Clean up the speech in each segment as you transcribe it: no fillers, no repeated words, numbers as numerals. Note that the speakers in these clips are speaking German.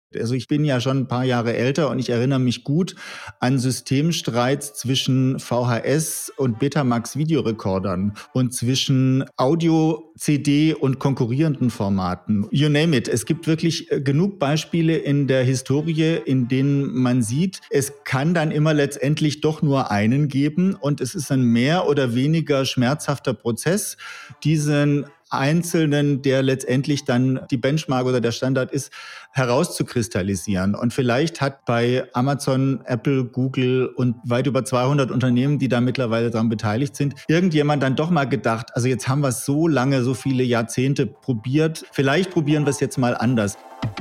Also ich bin ja schon ein paar Jahre älter und ich erinnere mich gut an Systemstreits zwischen VHS und Betamax Videorekordern und zwischen Audio, CD und konkurrierenden Formaten. You name it. Es gibt wirklich genug Beispiele in der Historie, in denen man sieht, es kann dann immer letztendlich doch nur einen geben und es ist ein mehr oder weniger schmerzhafter Prozess, diesen Einzelnen, der letztendlich dann die Benchmark oder der Standard ist, herauszukristallisieren. Und vielleicht hat bei Amazon, Apple, Google und weit über 200 Unternehmen, die da mittlerweile daran beteiligt sind, irgendjemand dann doch mal gedacht, also jetzt haben wir es so lange, so viele Jahrzehnte probiert, vielleicht probieren wir es jetzt mal anders.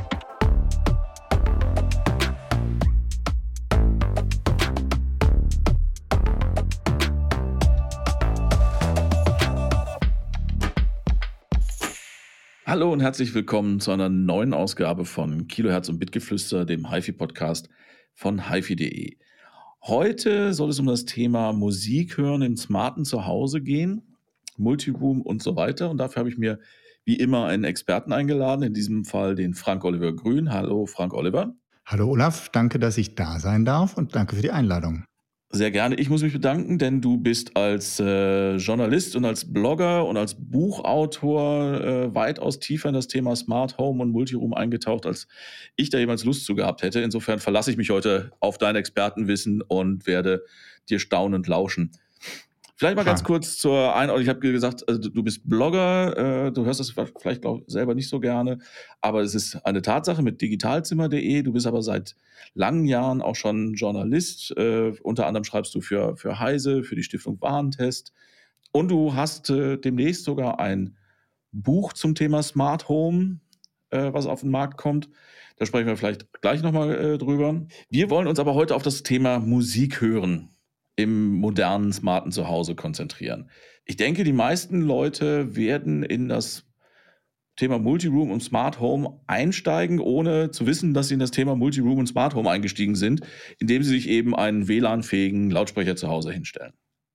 Hallo und herzlich willkommen zu einer neuen Ausgabe von Kilohertz und Bitgeflüster, dem HiFi-Podcast von HiFi.de. Heute soll es um das Thema Musik hören im smarten Zuhause gehen, Multiroom und so weiter. Und dafür habe ich mir wie immer einen Experten eingeladen, in diesem Fall den Frank-Oliver Grün. Hallo Frank-Oliver. Hallo Olaf, danke, dass ich da sein darf und danke für die Einladung. Sehr gerne. Ich muss mich bedanken, denn du bist als Journalist und als Blogger und als Buchautor weitaus tiefer in das Thema Smart Home und Multiroom eingetaucht, als ich da jemals Lust zu gehabt hätte. Insofern verlasse ich mich heute auf dein Expertenwissen und werde dir staunend lauschen. Vielleicht mal ganz kurz zur Einordnung. Ich habe gesagt, also du bist Blogger, du hörst das vielleicht selber nicht so gerne, aber es ist eine Tatsache mit digitalzimmer.de. Du bist aber seit langen Jahren auch schon Journalist. Unter anderem schreibst du für Heise, für die Stiftung Warentest. Und du hast demnächst sogar ein Buch zum Thema Smart Home, was auf den Markt kommt. Da sprechen wir vielleicht gleich nochmal drüber. Wir wollen uns aber heute auf das Thema Musik hören im modernen, smarten Zuhause konzentrieren. Ich denke, die meisten Leute werden in das Thema Multiroom und Smart Home einsteigen, ohne zu wissen, dass sie in das Thema Multiroom und Smart Home eingestiegen sind, indem sie sich eben einen WLAN-fähigen Lautsprecher zu Hause hinstellen.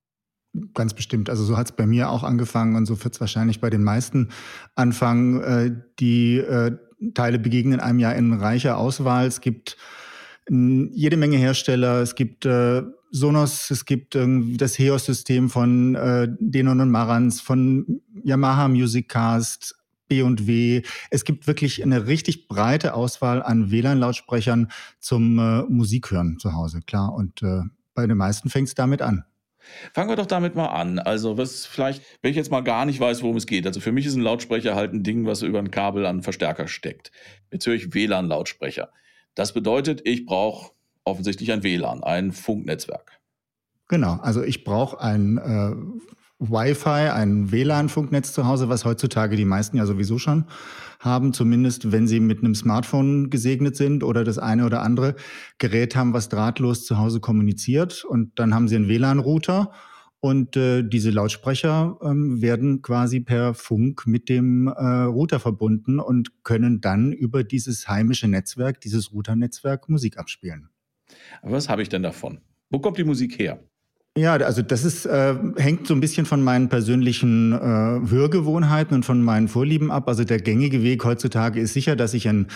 Ganz bestimmt. Also so hat es bei mir auch angefangen und so wird es wahrscheinlich bei den meisten anfangen. Die Teile begegnen einem ja in reicher Auswahl. Es gibt jede Menge Hersteller. Es gibt Sonos, es gibt das HEOS-System von Denon und Marantz, von Yamaha Musiccast, B&W. Es gibt wirklich eine richtig breite Auswahl an WLAN-Lautsprechern zum Musikhören zu Hause, klar. Und bei den meisten fängt es damit an. Fangen wir doch damit mal an. Also was vielleicht, wenn ich jetzt mal gar nicht weiß, worum es geht. Also für mich ist ein Lautsprecher halt ein Ding, was über ein Kabel an einen Verstärker steckt. Jetzt höre ich WLAN-Lautsprecher. Das bedeutet, ich brauche offensichtlich ein WLAN, ein Funknetzwerk. Genau, also ich brauche ein Wi-Fi, ein WLAN-Funknetz zu Hause, was heutzutage die meisten ja sowieso schon haben, zumindest wenn sie mit einem Smartphone gesegnet sind oder das eine oder andere Gerät haben, was drahtlos zu Hause kommuniziert. Und dann haben sie einen WLAN-Router und diese Lautsprecher werden quasi per Funk mit dem Router verbunden und können dann über dieses heimische Netzwerk, dieses Routernetzwerk Musik abspielen. Aber was habe ich denn davon? Wo kommt die Musik her? Ja, also das ist, hängt so ein bisschen von meinen persönlichen Hörgewohnheiten und von meinen Vorlieben ab. Also der gängige Weg heutzutage ist sicher, dass ich einen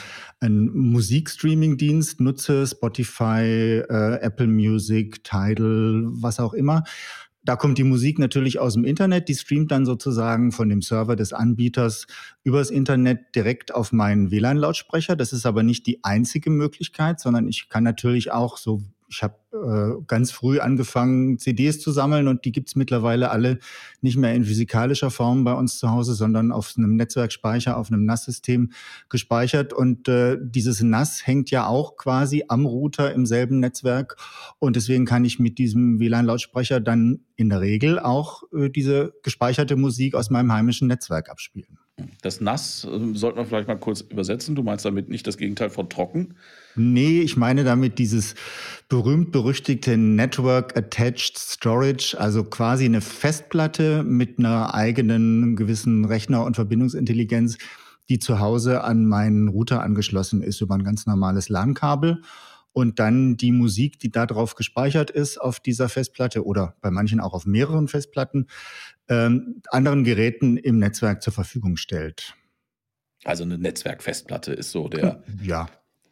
Musikstreaming-Dienst nutze, Spotify, Apple Music, Tidal, was auch immer. Da kommt die Musik natürlich aus dem Internet, die streamt dann sozusagen von dem Server des Anbieters übers Internet direkt auf meinen WLAN-Lautsprecher. Das ist aber nicht die einzige Möglichkeit, sondern ich kann natürlich auch so. Ich habe ganz früh angefangen, CDs zu sammeln und die gibt's mittlerweile alle nicht mehr in physikalischer Form bei uns zu Hause, sondern auf einem Netzwerkspeicher, auf einem NAS-System gespeichert. Und dieses NAS hängt ja auch quasi am Router im selben Netzwerk. Und deswegen kann ich mit diesem WLAN-Lautsprecher dann in der Regel auch diese gespeicherte Musik aus meinem heimischen Netzwerk abspielen. Das NAS sollten wir vielleicht mal kurz übersetzen. Du meinst damit nicht das Gegenteil von trocken? Nee, ich meine damit dieses berühmt-berüchtigte Network Attached Storage, also quasi eine Festplatte mit einer eigenen gewissen Rechner- und Verbindungsintelligenz, die zu Hause an meinen Router angeschlossen ist über ein ganz normales LAN-Kabel. Und dann die Musik, die da drauf gespeichert ist auf dieser Festplatte oder bei manchen auch auf mehreren Festplatten, anderen Geräten im Netzwerk zur Verfügung stellt. Also eine Netzwerkfestplatte ist so der... Ja.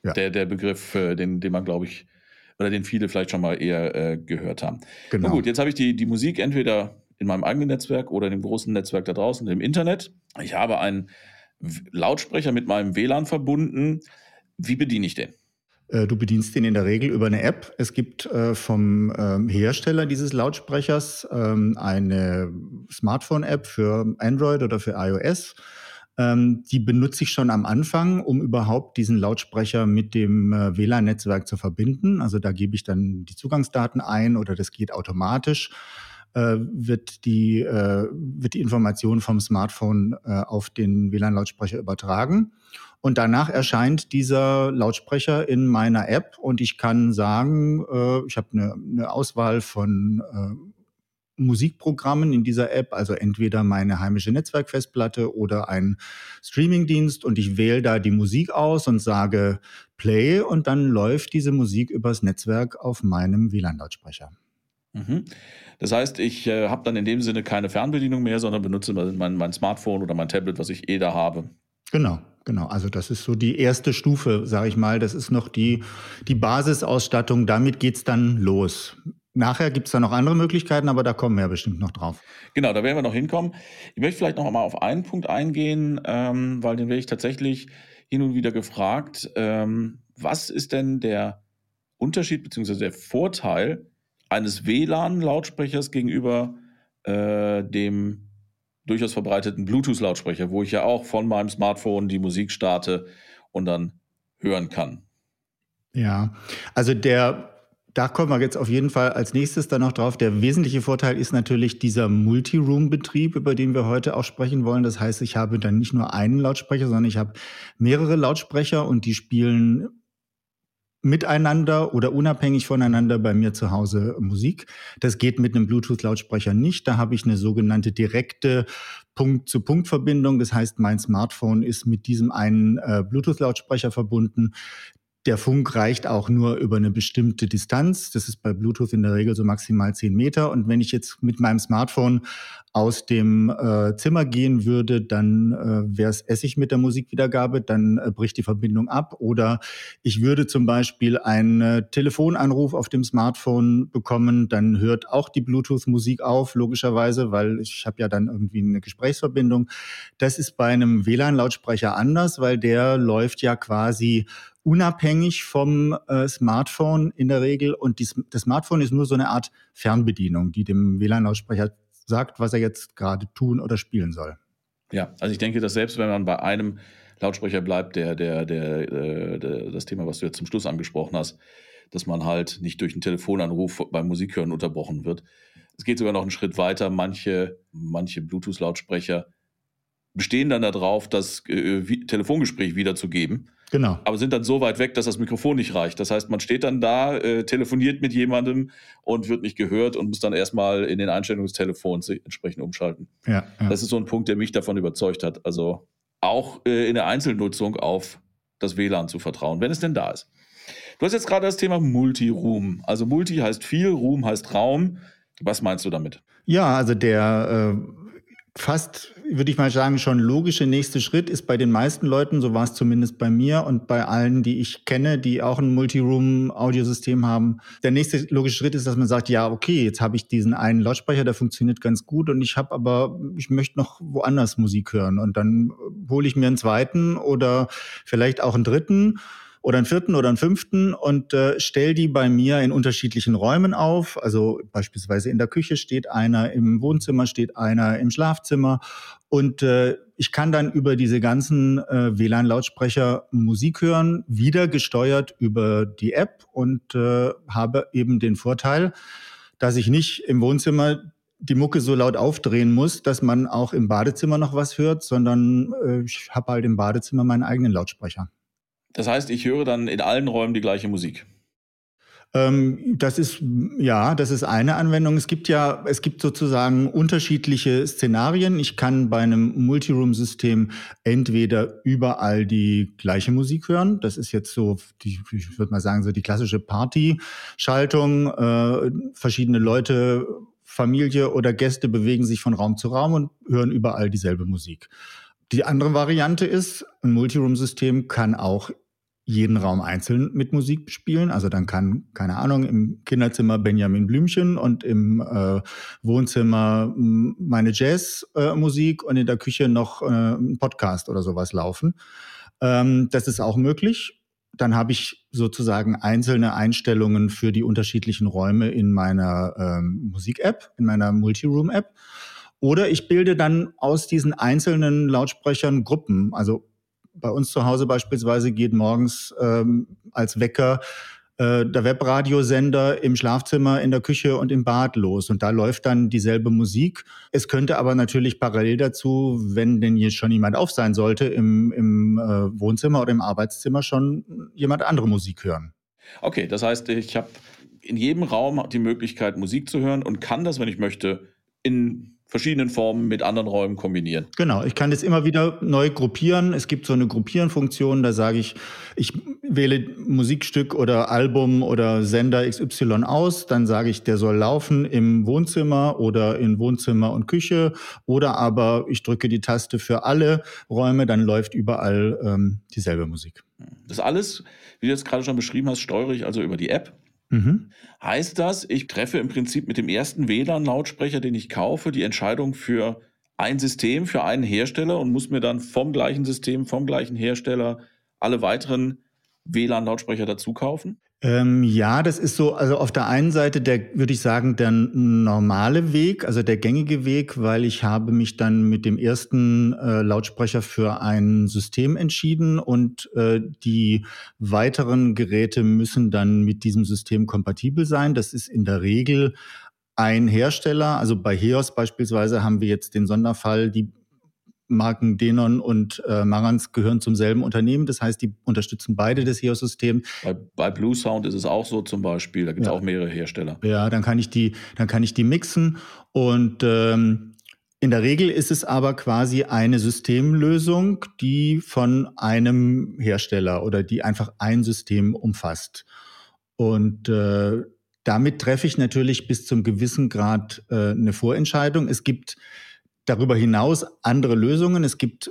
ja. Der Begriff, den man, glaube ich, oder den viele vielleicht schon mal eher gehört haben. Genau. Nun gut, jetzt habe ich die Musik entweder in meinem eigenen Netzwerk oder in dem großen Netzwerk da draußen im Internet. Ich habe einen Lautsprecher mit meinem WLAN verbunden. Wie bediene ich den? Du bedienst den in der Regel über eine App. Es gibt vom Hersteller dieses Lautsprechers eine Smartphone-App für Android oder für iOS. Die benutze ich schon am Anfang, um überhaupt diesen Lautsprecher mit dem WLAN-Netzwerk zu verbinden. Also da gebe ich dann die Zugangsdaten ein oder das geht automatisch. Wird die Information vom Smartphone auf den WLAN-Lautsprecher übertragen. Und danach erscheint dieser Lautsprecher in meiner App und ich kann sagen, ich habe eine Auswahl von Musikprogrammen in dieser App, also entweder meine heimische Netzwerkfestplatte oder ein Streamingdienst und ich wähle da die Musik aus und sage Play und dann läuft diese Musik übers Netzwerk auf meinem WLAN-Lautsprecher. Mhm. Das heißt, ich habe dann in dem Sinne keine Fernbedienung mehr, sondern benutze mein Smartphone oder mein Tablet, was ich da habe. Genau. Also das ist so die erste Stufe, sage ich mal. Das ist noch die Basisausstattung. Damit geht's dann los. Nachher gibt's da noch andere Möglichkeiten, aber da kommen wir ja bestimmt noch drauf. Genau, da werden wir noch hinkommen. Ich möchte vielleicht noch einmal auf einen Punkt eingehen, weil den werde ich tatsächlich hin und wieder gefragt. Was ist denn der Unterschied bzw. der Vorteil eines WLAN-Lautsprechers gegenüber dem durchaus verbreiteten Bluetooth-Lautsprecher, wo ich ja auch von meinem Smartphone die Musik starte und dann hören kann? Ja, also da kommen wir jetzt auf jeden Fall als nächstes dann noch drauf. Der wesentliche Vorteil ist natürlich dieser Multiroom-Betrieb, über den wir heute auch sprechen wollen. Das heißt, ich habe dann nicht nur einen Lautsprecher, sondern ich habe mehrere Lautsprecher und die spielen miteinander oder unabhängig voneinander bei mir zu Hause Musik. Das geht mit einem Bluetooth-Lautsprecher nicht. Da habe ich eine sogenannte direkte Punkt-zu-Punkt-Verbindung. Das heißt, mein Smartphone ist mit diesem einen Bluetooth-Lautsprecher verbunden. Der Funk reicht auch nur über eine bestimmte Distanz. Das ist bei Bluetooth in der Regel so maximal 10 Meter. Und wenn ich jetzt mit meinem Smartphone aus dem Zimmer gehen würde, dann wäre es Essig mit der Musikwiedergabe, dann bricht die Verbindung ab. Oder ich würde zum Beispiel einen Telefonanruf auf dem Smartphone bekommen, dann hört auch die Bluetooth-Musik auf, logischerweise, weil ich habe ja dann irgendwie eine Gesprächsverbindung. Das ist bei einem WLAN-Lautsprecher anders, weil der läuft ja quasi unabhängig vom Smartphone in der Regel. Und das Smartphone ist nur so eine Art Fernbedienung, die dem WLAN-Lautsprecher sagt, was er jetzt gerade tun oder spielen soll. Ja, also ich denke, dass selbst wenn man bei einem Lautsprecher bleibt, das Thema, was du jetzt zum Schluss angesprochen hast, dass man halt nicht durch einen Telefonanruf beim Musikhören unterbrochen wird. Es geht sogar noch einen Schritt weiter. Manche Bluetooth-Lautsprecher bestehen dann darauf, das Telefongespräch wiederzugeben. Genau. Aber sind dann so weit weg, dass das Mikrofon nicht reicht. Das heißt, man steht dann da, telefoniert mit jemandem und wird nicht gehört und muss dann erstmal in den Einstellungen des Telefons entsprechend umschalten. Ja. Das ist so ein Punkt, der mich davon überzeugt hat. Also auch in der Einzelnutzung auf das WLAN zu vertrauen, wenn es denn da ist. Du hast jetzt gerade das Thema Multiroom. Also Multi heißt viel, Room heißt Raum. Was meinst du damit? Ja, also der fast, würde ich mal sagen, schon logische nächste Schritt ist bei den meisten Leuten, so war es zumindest bei mir und bei allen, die ich kenne, die auch ein Multiroom-Audiosystem haben. Der nächste logische Schritt ist, dass man sagt, ja, okay, jetzt habe ich diesen einen Lautsprecher, der funktioniert ganz gut und ich möchte noch woanders Musik hören und dann hole ich mir einen zweiten oder vielleicht auch einen dritten oder einen vierten oder einen fünften und stell die bei mir in unterschiedlichen Räumen auf. Also beispielsweise in der Küche steht einer, im Wohnzimmer steht einer, im Schlafzimmer. Und ich kann dann über diese ganzen WLAN-Lautsprecher Musik hören, wieder gesteuert über die App und habe eben den Vorteil, dass ich nicht im Wohnzimmer die Mucke so laut aufdrehen muss, dass man auch im Badezimmer noch was hört, sondern ich habe halt im Badezimmer meinen eigenen Lautsprecher. Das heißt, ich höre dann in allen Räumen die gleiche Musik. Das ist eine Anwendung. Es gibt sozusagen unterschiedliche Szenarien. Ich kann bei einem Multiroom-System entweder überall die gleiche Musik hören. Das ist jetzt so, ich würde mal sagen, so die klassische Party-Schaltung. Verschiedene Leute, Familie oder Gäste bewegen sich von Raum zu Raum und hören überall dieselbe Musik. Die andere Variante ist, ein Multiroom-System kann auch jeden Raum einzeln mit Musik bespielen. Also dann kann, keine Ahnung, im Kinderzimmer Benjamin Blümchen und im Wohnzimmer meine Jazzmusik und in der Küche noch ein Podcast oder sowas laufen. Das ist auch möglich. Dann habe ich sozusagen einzelne Einstellungen für die unterschiedlichen Räume in meiner Musik-App, in meiner Multiroom-App. Oder ich bilde dann aus diesen einzelnen Lautsprechern Gruppen. Also bei uns zu Hause beispielsweise geht morgens als Wecker der Webradiosender im Schlafzimmer, in der Küche und im Bad los. Und da läuft dann dieselbe Musik. Es könnte aber natürlich parallel dazu, wenn denn jetzt schon jemand auf sein sollte, im Wohnzimmer oder im Arbeitszimmer schon jemand andere Musik hören. Okay, das heißt, ich habe in jedem Raum die Möglichkeit, Musik zu hören und kann das, wenn ich möchte, in verschiedenen Formen mit anderen Räumen kombinieren. Genau, ich kann das immer wieder neu gruppieren. Es gibt so eine Gruppieren-Funktion, da sage ich wähle Musikstück oder Album oder Sender XY aus, dann sage ich, der soll laufen im Wohnzimmer oder in Wohnzimmer und Küche oder aber ich drücke die Taste für alle Räume, dann läuft überall dieselbe Musik. Das alles, wie du jetzt gerade schon beschrieben hast, steuere ich also über die App. Mhm. Heißt das, ich treffe im Prinzip mit dem ersten WLAN-Lautsprecher, den ich kaufe, die Entscheidung für ein System, für einen Hersteller und muss mir dann vom gleichen System, vom gleichen Hersteller alle weiteren WLAN-Lautsprecher dazu kaufen? Ja, das ist so, also auf der einen Seite würde ich sagen, der normale Weg, also der gängige Weg, weil ich habe mich dann mit dem ersten Lautsprecher für ein System entschieden und die weiteren Geräte müssen dann mit diesem System kompatibel sein. Das ist in der Regel ein Hersteller. Also bei HEOS beispielsweise haben wir jetzt den Sonderfall, die Marken Denon und Marantz gehören zum selben Unternehmen. Das heißt, die unterstützen beide das HEOS-System. Bei Blue Sound ist es auch so zum Beispiel. Da gibt es Ja. auch mehrere Hersteller. Ja, dann kann ich die mixen. Und in der Regel ist es aber quasi eine Systemlösung, die von einem Hersteller oder die einfach ein System umfasst. Und damit treffe ich natürlich bis zum gewissen Grad eine Vorentscheidung. Es gibt darüber hinaus andere Lösungen. Es gibt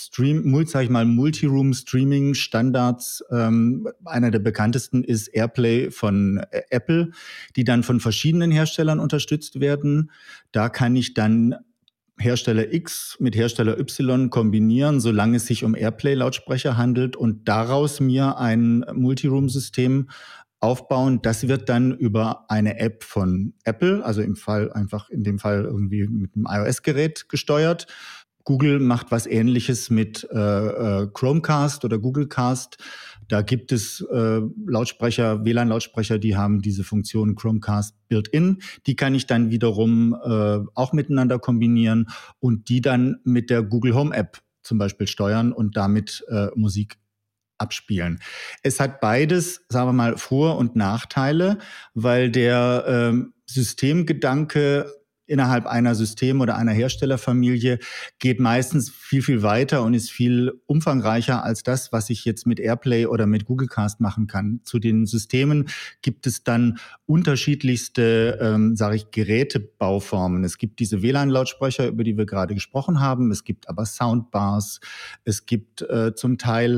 Multiroom-Streaming-Standards. Einer der bekanntesten ist AirPlay von Apple, die dann von verschiedenen Herstellern unterstützt werden. Da kann ich dann Hersteller X mit Hersteller Y kombinieren, solange es sich um AirPlay-Lautsprecher handelt und daraus mir ein Multiroom-System aufbauen. Das wird dann über eine App von Apple, also in dem Fall irgendwie mit einem iOS-Gerät gesteuert. Google macht was Ähnliches mit Chromecast oder Google Cast. Da gibt es Lautsprecher, WLAN-Lautsprecher, die haben diese Funktion Chromecast built-in. Die kann ich dann wiederum auch miteinander kombinieren und die dann mit der Google Home App zum Beispiel steuern und damit Musik abspielen. Es hat beides, sagen wir mal, Vor- und Nachteile, weil der Systemgedanke innerhalb einer System- oder einer Herstellerfamilie geht meistens viel, viel weiter und ist viel umfangreicher als das, was ich jetzt mit AirPlay oder mit Google Cast machen kann. Zu den Systemen gibt es dann unterschiedlichste, sage ich, Gerätebauformen. Es gibt diese WLAN-Lautsprecher, über die wir gerade gesprochen haben. Es gibt aber Soundbars. Es gibt zum Teil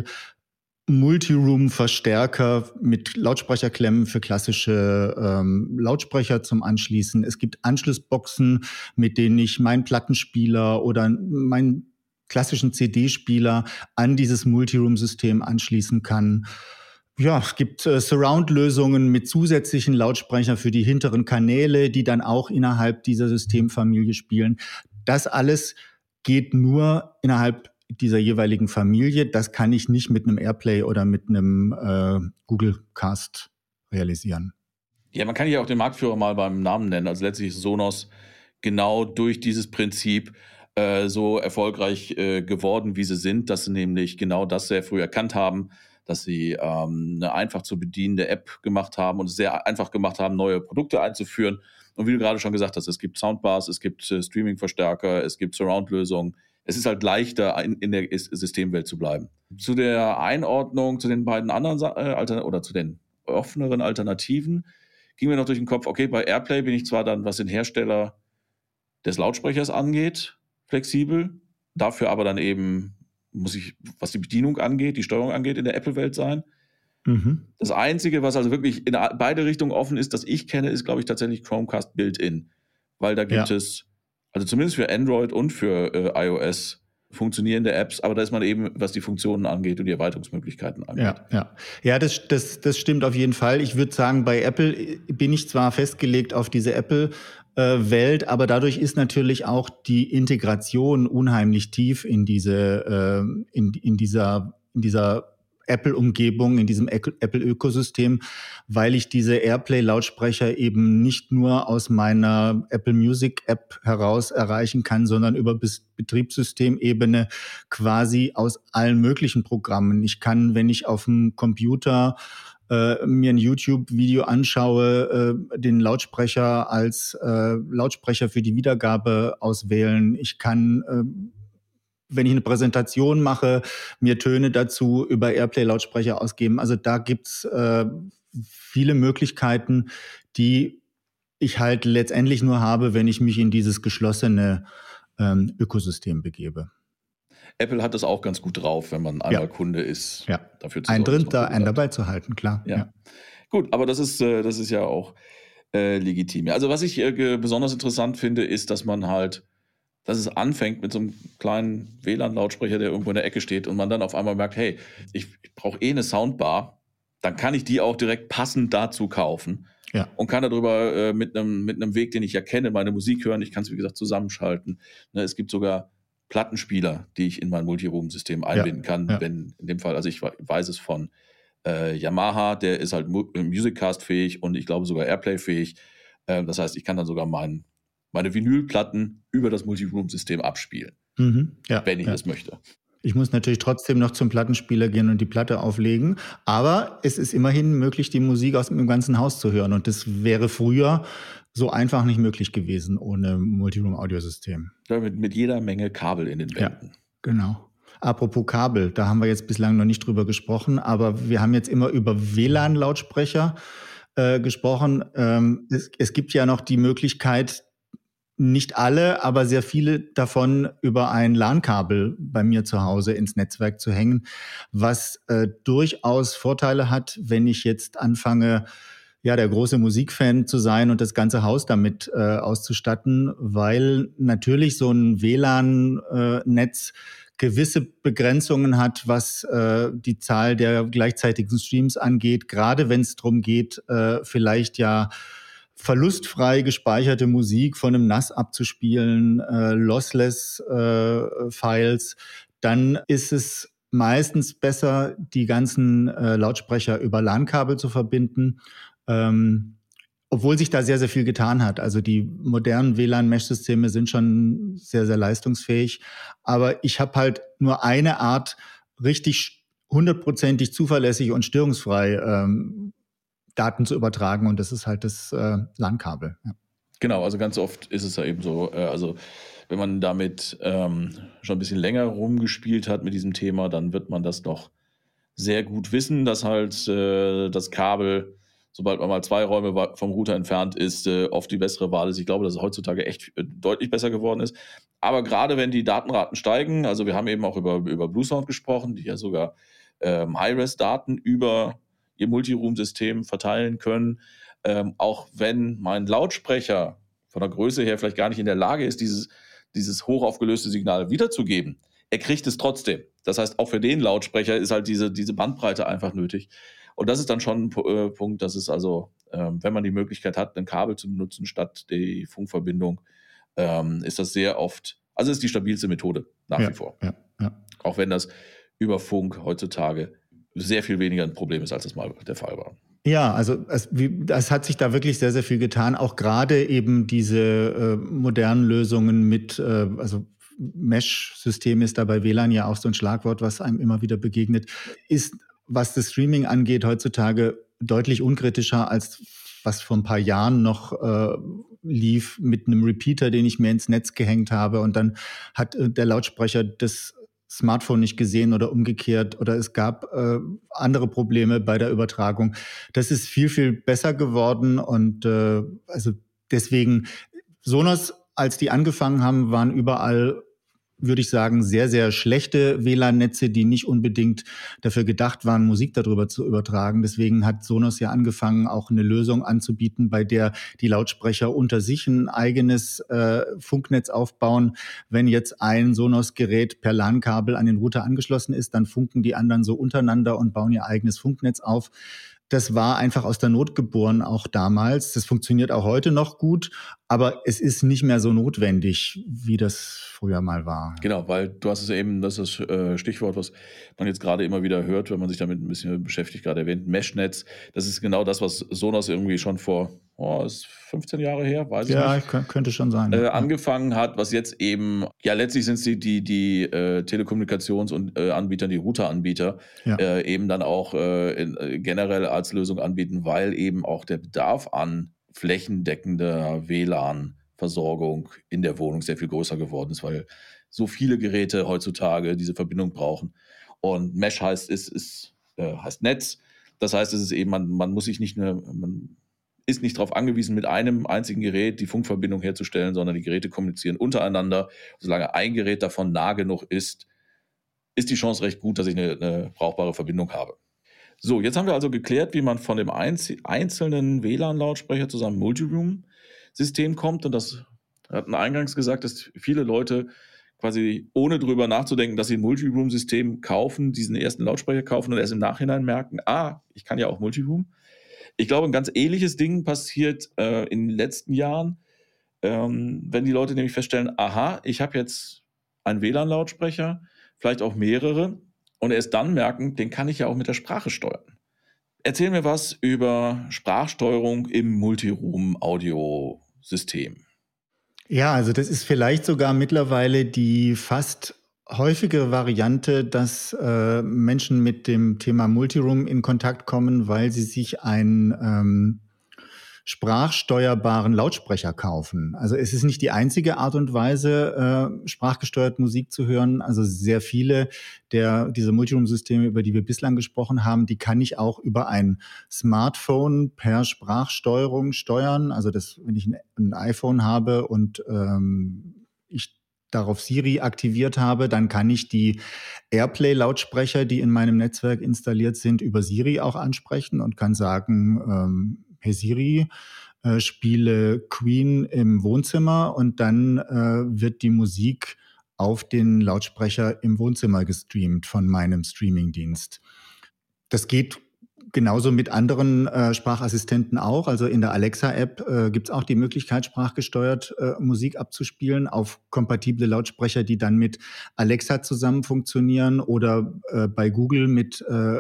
Multiroom-Verstärker mit Lautsprecherklemmen für klassische Lautsprecher zum Anschließen. Es gibt Anschlussboxen, mit denen ich meinen Plattenspieler oder meinen klassischen CD-Spieler an dieses Multiroom-System anschließen kann. Ja, es gibt Surround-Lösungen mit zusätzlichen Lautsprechern für die hinteren Kanäle, die dann auch innerhalb dieser Systemfamilie spielen. Das alles geht nur innerhalb dieser jeweiligen Familie. Das kann ich nicht mit einem AirPlay oder mit einem Google Cast realisieren. Ja, man kann ja auch den Marktführer mal beim Namen nennen. Also letztlich ist Sonos genau durch dieses Prinzip so erfolgreich geworden, wie sie sind, dass sie nämlich genau das sehr früh erkannt haben, dass sie eine einfach zu bedienende App gemacht haben und es sehr einfach gemacht haben, neue Produkte einzuführen. Und wie du gerade schon gesagt hast, es gibt Soundbars, es gibt Streaming-Verstärker, es gibt Surround-Lösungen. Es ist halt leichter, in der Systemwelt zu bleiben. Zu der Einordnung zu den beiden anderen oder zu den offeneren Alternativen ging mir noch durch den Kopf, okay, bei AirPlay bin ich zwar dann, was den Hersteller des Lautsprechers angeht, flexibel, dafür aber dann eben muss ich, was die Bedienung angeht, die Steuerung angeht, in der Apple-Welt sein. Mhm. Das Einzige, was also wirklich in beide Richtungen offen ist, das ich kenne, ist, glaube ich, tatsächlich Chromecast Built-in. Weil da gibt Ja. es, also zumindest für Android und für iOS, funktionierende Apps, aber da ist man eben, was die Funktionen angeht und die Erweiterungsmöglichkeiten angeht. Ja, das stimmt auf jeden Fall. Ich würde sagen, bei Apple bin ich zwar festgelegt auf diese Apple-Welt, aber dadurch ist natürlich auch die Integration unheimlich tief in in dieser Apple-Umgebung, in diesem Apple-Ökosystem, weil ich diese AirPlay-Lautsprecher eben nicht nur aus meiner Apple Music-App heraus erreichen kann, sondern über Betriebssystemebene quasi aus allen möglichen Programmen. Ich kann, wenn ich auf dem Computer mir ein YouTube-Video anschaue, den Lautsprecher als Lautsprecher für die Wiedergabe auswählen. Ich kann wenn ich eine Präsentation mache, mir Töne dazu über Airplay-Lautsprecher ausgeben. Also da gibt's viele Möglichkeiten, die ich halt letztendlich nur habe, wenn ich mich in dieses geschlossene Ökosystem begebe. Apple hat das auch ganz gut drauf, wenn man einmal Kunde ist, dafür zu sorgen, dass man einen dabei zu halten, klar. Ja. Gut, aber das ist ja auch legitim. Also was ich besonders interessant finde, ist, dass es anfängt mit so einem kleinen WLAN-Lautsprecher, der irgendwo in der Ecke steht und man dann auf einmal merkt, hey, ich brauche eine Soundbar, dann kann ich die auch direkt passend dazu kaufen und kann darüber mit einem Weg, den ich ja kenne, meine Musik hören. Ich kann es, wie gesagt, zusammenschalten. Ne, es gibt sogar Plattenspieler, die ich in mein Multiroom-System einbinden kann, wenn in dem Fall, also ich weiß es von Yamaha, der ist halt Musiccast-fähig und ich glaube sogar Airplay-fähig. Das heißt, ich kann dann sogar meine Vinylplatten über das Multiroom-System abspielen, wenn ich das möchte. Ich muss natürlich trotzdem noch zum Plattenspieler gehen und die Platte auflegen, aber es ist immerhin möglich, die Musik aus dem ganzen Haus zu hören und das wäre früher so einfach nicht möglich gewesen ohne Multiroom-Audiosystem. Ja, mit jeder Menge Kabel in den Wänden. Ja, genau. Apropos Kabel, da haben wir jetzt bislang noch nicht drüber gesprochen, aber wir haben jetzt immer über WLAN-Lautsprecher gesprochen. Es gibt ja noch die Möglichkeit, nicht alle, aber sehr viele davon über ein LAN-Kabel bei mir zu Hause ins Netzwerk zu hängen, was durchaus Vorteile hat, wenn ich jetzt anfange, der große Musikfan zu sein und das ganze Haus damit auszustatten, weil natürlich so ein WLAN-Netz gewisse Begrenzungen hat, was die Zahl der gleichzeitigen Streams angeht, gerade wenn es darum geht, vielleicht verlustfrei gespeicherte Musik von einem NAS abzuspielen, lossless Files, dann ist es meistens besser, die ganzen Lautsprecher über LAN-Kabel zu verbinden, obwohl sich da sehr, sehr viel getan hat. Also die modernen WLAN-Mesh-Systeme sind schon sehr, sehr leistungsfähig. Aber ich habe halt nur eine Art, richtig 100%ig zuverlässig und störungsfrei Daten zu übertragen. Und das ist halt das LAN-Kabel. Ja. Genau, also ganz oft ist es ja eben so, also wenn man damit schon ein bisschen länger rumgespielt hat mit diesem Thema, dann wird man das doch sehr gut wissen, dass halt das Kabel, sobald man mal 2 Räume vom Router entfernt ist, oft die bessere Wahl ist. Ich glaube, dass es heutzutage echt deutlich besser geworden ist. Aber gerade wenn die Datenraten steigen, also wir haben eben auch über Bluesound gesprochen, die ja sogar High-Res-Daten über ihr Multiroom-System verteilen können, auch wenn mein Lautsprecher von der Größe her vielleicht gar nicht in der Lage ist, dieses hochaufgelöste Signal wiederzugeben, er kriegt es trotzdem. Das heißt, auch für den Lautsprecher ist halt diese Bandbreite einfach nötig. Und das ist dann schon ein Punkt, dass es also, wenn man die Möglichkeit hat, ein Kabel zu benutzen statt die Funkverbindung, ist das sehr oft, also ist die stabilste Methode nach wie vor. Ja. Auch wenn das über Funk heutzutage sehr viel weniger ein Problem ist, als das mal der Fall war. Ja, also es hat sich da wirklich sehr, sehr viel getan. Auch gerade eben diese modernen Lösungen mit, also Mesh-System ist da bei WLAN ja auch so ein Schlagwort, was einem immer wieder begegnet, ist, was das Streaming angeht, heutzutage deutlich unkritischer, als was vor ein paar Jahren noch lief mit einem Repeater, den ich mir ins Netz gehängt habe. Und dann hat der Lautsprecher das Smartphone nicht gesehen oder umgekehrt oder es gab andere Probleme bei der Übertragung. Das ist viel, viel besser geworden und also deswegen, Sonos, als die angefangen haben, waren überall würde ich sagen, sehr, sehr schlechte WLAN-Netze, die nicht unbedingt dafür gedacht waren, Musik darüber zu übertragen. Deswegen hat Sonos ja angefangen, auch eine Lösung anzubieten, bei der die Lautsprecher unter sich ein eigenes Funknetz aufbauen. Wenn jetzt ein Sonos-Gerät per LAN-Kabel an den Router angeschlossen ist, dann funken die anderen so untereinander und bauen ihr eigenes Funknetz auf. Das war einfach aus der Not geboren, auch damals. Das funktioniert auch heute noch gut, aber es ist nicht mehr so notwendig, wie das früher mal war. Genau, weil du hast es eben, das ist das Stichwort, was man jetzt gerade immer wieder hört, wenn man sich damit ein bisschen beschäftigt, gerade erwähnt, Mesh-Netz. Das ist genau das, was Sonos irgendwie schon vor, ist 15 Jahre her, weiß ich nicht. Könnte schon sein. Angefangen hat, was jetzt eben, letztlich sind es die Telekommunikations- und Anbieter, die Router-Anbieter, eben dann auch generell als Lösung anbieten, weil eben auch der Bedarf an flächendeckender WLAN-Versorgung in der Wohnung sehr viel größer geworden ist, weil so viele Geräte heutzutage diese Verbindung brauchen. Und Mesh heißt Netz. Das heißt, es ist eben, man muss sich nicht nur, man ist nicht darauf angewiesen, mit einem einzigen Gerät die Funkverbindung herzustellen, sondern die Geräte kommunizieren untereinander. Solange ein Gerät davon nah genug ist die Chance recht gut, dass ich eine brauchbare Verbindung habe. So, jetzt haben wir also geklärt, wie man von dem einzelnen WLAN-Lautsprecher zu seinem Multiroom-System kommt. Und das hatten eingangs gesagt, dass viele Leute quasi ohne drüber nachzudenken, dass sie ein Multiroom-System kaufen, diesen ersten Lautsprecher kaufen und erst im Nachhinein merken, ich kann ja auch Multiroom. Ich glaube, ein ganz ähnliches Ding passiert in den letzten Jahren, wenn die Leute nämlich feststellen, ich habe jetzt einen WLAN-Lautsprecher, vielleicht auch mehrere, und erst dann merken, den kann ich ja auch mit der Sprache steuern. Erzähl mir was über Sprachsteuerung im Multiroom-Audiosystem. Ja, also das ist vielleicht sogar mittlerweile die fast häufigere Variante, dass Menschen mit dem Thema Multiroom in Kontakt kommen, weil sie sich einen sprachsteuerbaren Lautsprecher kaufen. Also es ist nicht die einzige Art und Weise, sprachgesteuert Musik zu hören. Also sehr viele diese Multiroom-Systeme, über die wir bislang gesprochen haben, die kann ich auch über ein Smartphone per Sprachsteuerung steuern. Also wenn ich ein iPhone habe und ich darauf Siri aktiviert habe, dann kann ich die Airplay-Lautsprecher, die in meinem Netzwerk installiert sind, über Siri auch ansprechen und kann sagen, hey Siri, spiele Queen im Wohnzimmer, und dann wird die Musik auf den Lautsprecher im Wohnzimmer gestreamt von meinem Streamingdienst. Das geht genauso mit anderen Sprachassistenten auch. Also in der Alexa-App gibt es auch die Möglichkeit, sprachgesteuert Musik abzuspielen auf kompatible Lautsprecher, die dann mit Alexa zusammen funktionieren, oder bei Google mit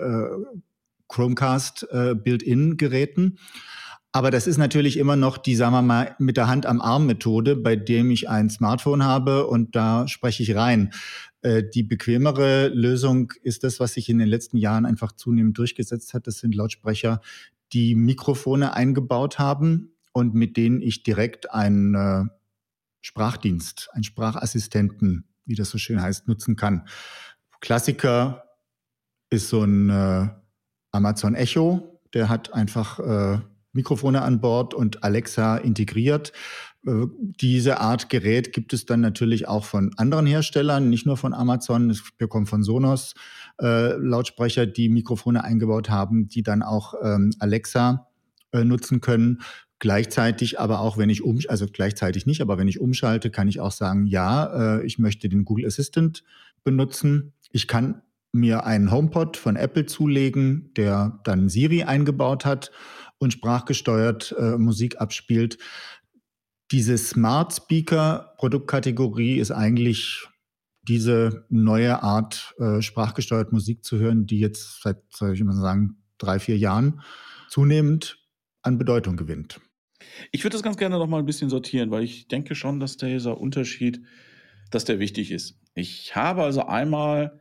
Chromecast Built-in-Geräten. Aber das ist natürlich immer noch die, sagen wir mal, mit der Hand am Arm Methode, bei dem ich ein Smartphone habe und da spreche ich rein. Die bequemere Lösung ist das, was sich in den letzten Jahren einfach zunehmend durchgesetzt hat. Das sind Lautsprecher, die Mikrofone eingebaut haben und mit denen ich direkt einen Sprachdienst, einen Sprachassistenten, wie das so schön heißt, nutzen kann. Klassiker ist so ein Amazon Echo, der hat einfach Mikrofone an Bord und Alexa integriert. Diese Art Gerät gibt es dann natürlich auch von anderen Herstellern, nicht nur von Amazon. Es bekommt von Sonos Lautsprecher, die Mikrofone eingebaut haben, die dann auch Alexa nutzen können. Gleichzeitig aber auch, gleichzeitig nicht, aber wenn ich umschalte, kann ich auch sagen, ich möchte den Google Assistant benutzen. Ich kann mir einen HomePod von Apple zulegen, der dann Siri eingebaut hat und sprachgesteuert Musik abspielt. Diese Smart Speaker Produktkategorie ist eigentlich diese neue Art, sprachgesteuert Musik zu hören, die jetzt seit, soll ich mal sagen, 3-4 Jahren zunehmend an Bedeutung gewinnt. Ich würde das ganz gerne noch mal ein bisschen sortieren, weil ich denke schon, dass dieser Unterschied, dass der wichtig ist. Ich habe also einmal,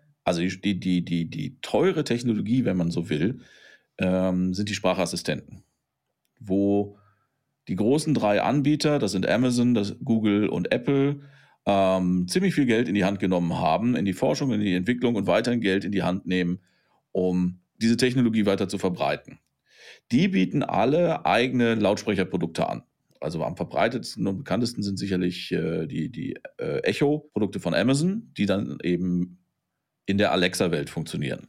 die teure Technologie, wenn man so will, sind die Sprachassistenten, wo die großen 3 Anbieter, das sind Amazon, das Google und Apple, ziemlich viel Geld in die Hand genommen haben, in die Forschung, in die Entwicklung und weiterhin Geld in die Hand nehmen, um diese Technologie weiter zu verbreiten. Die bieten alle eigene Lautsprecherprodukte an. Also am verbreitetsten und bekanntesten sind sicherlich die Echo-Produkte von Amazon, die dann eben in der Alexa-Welt funktionieren.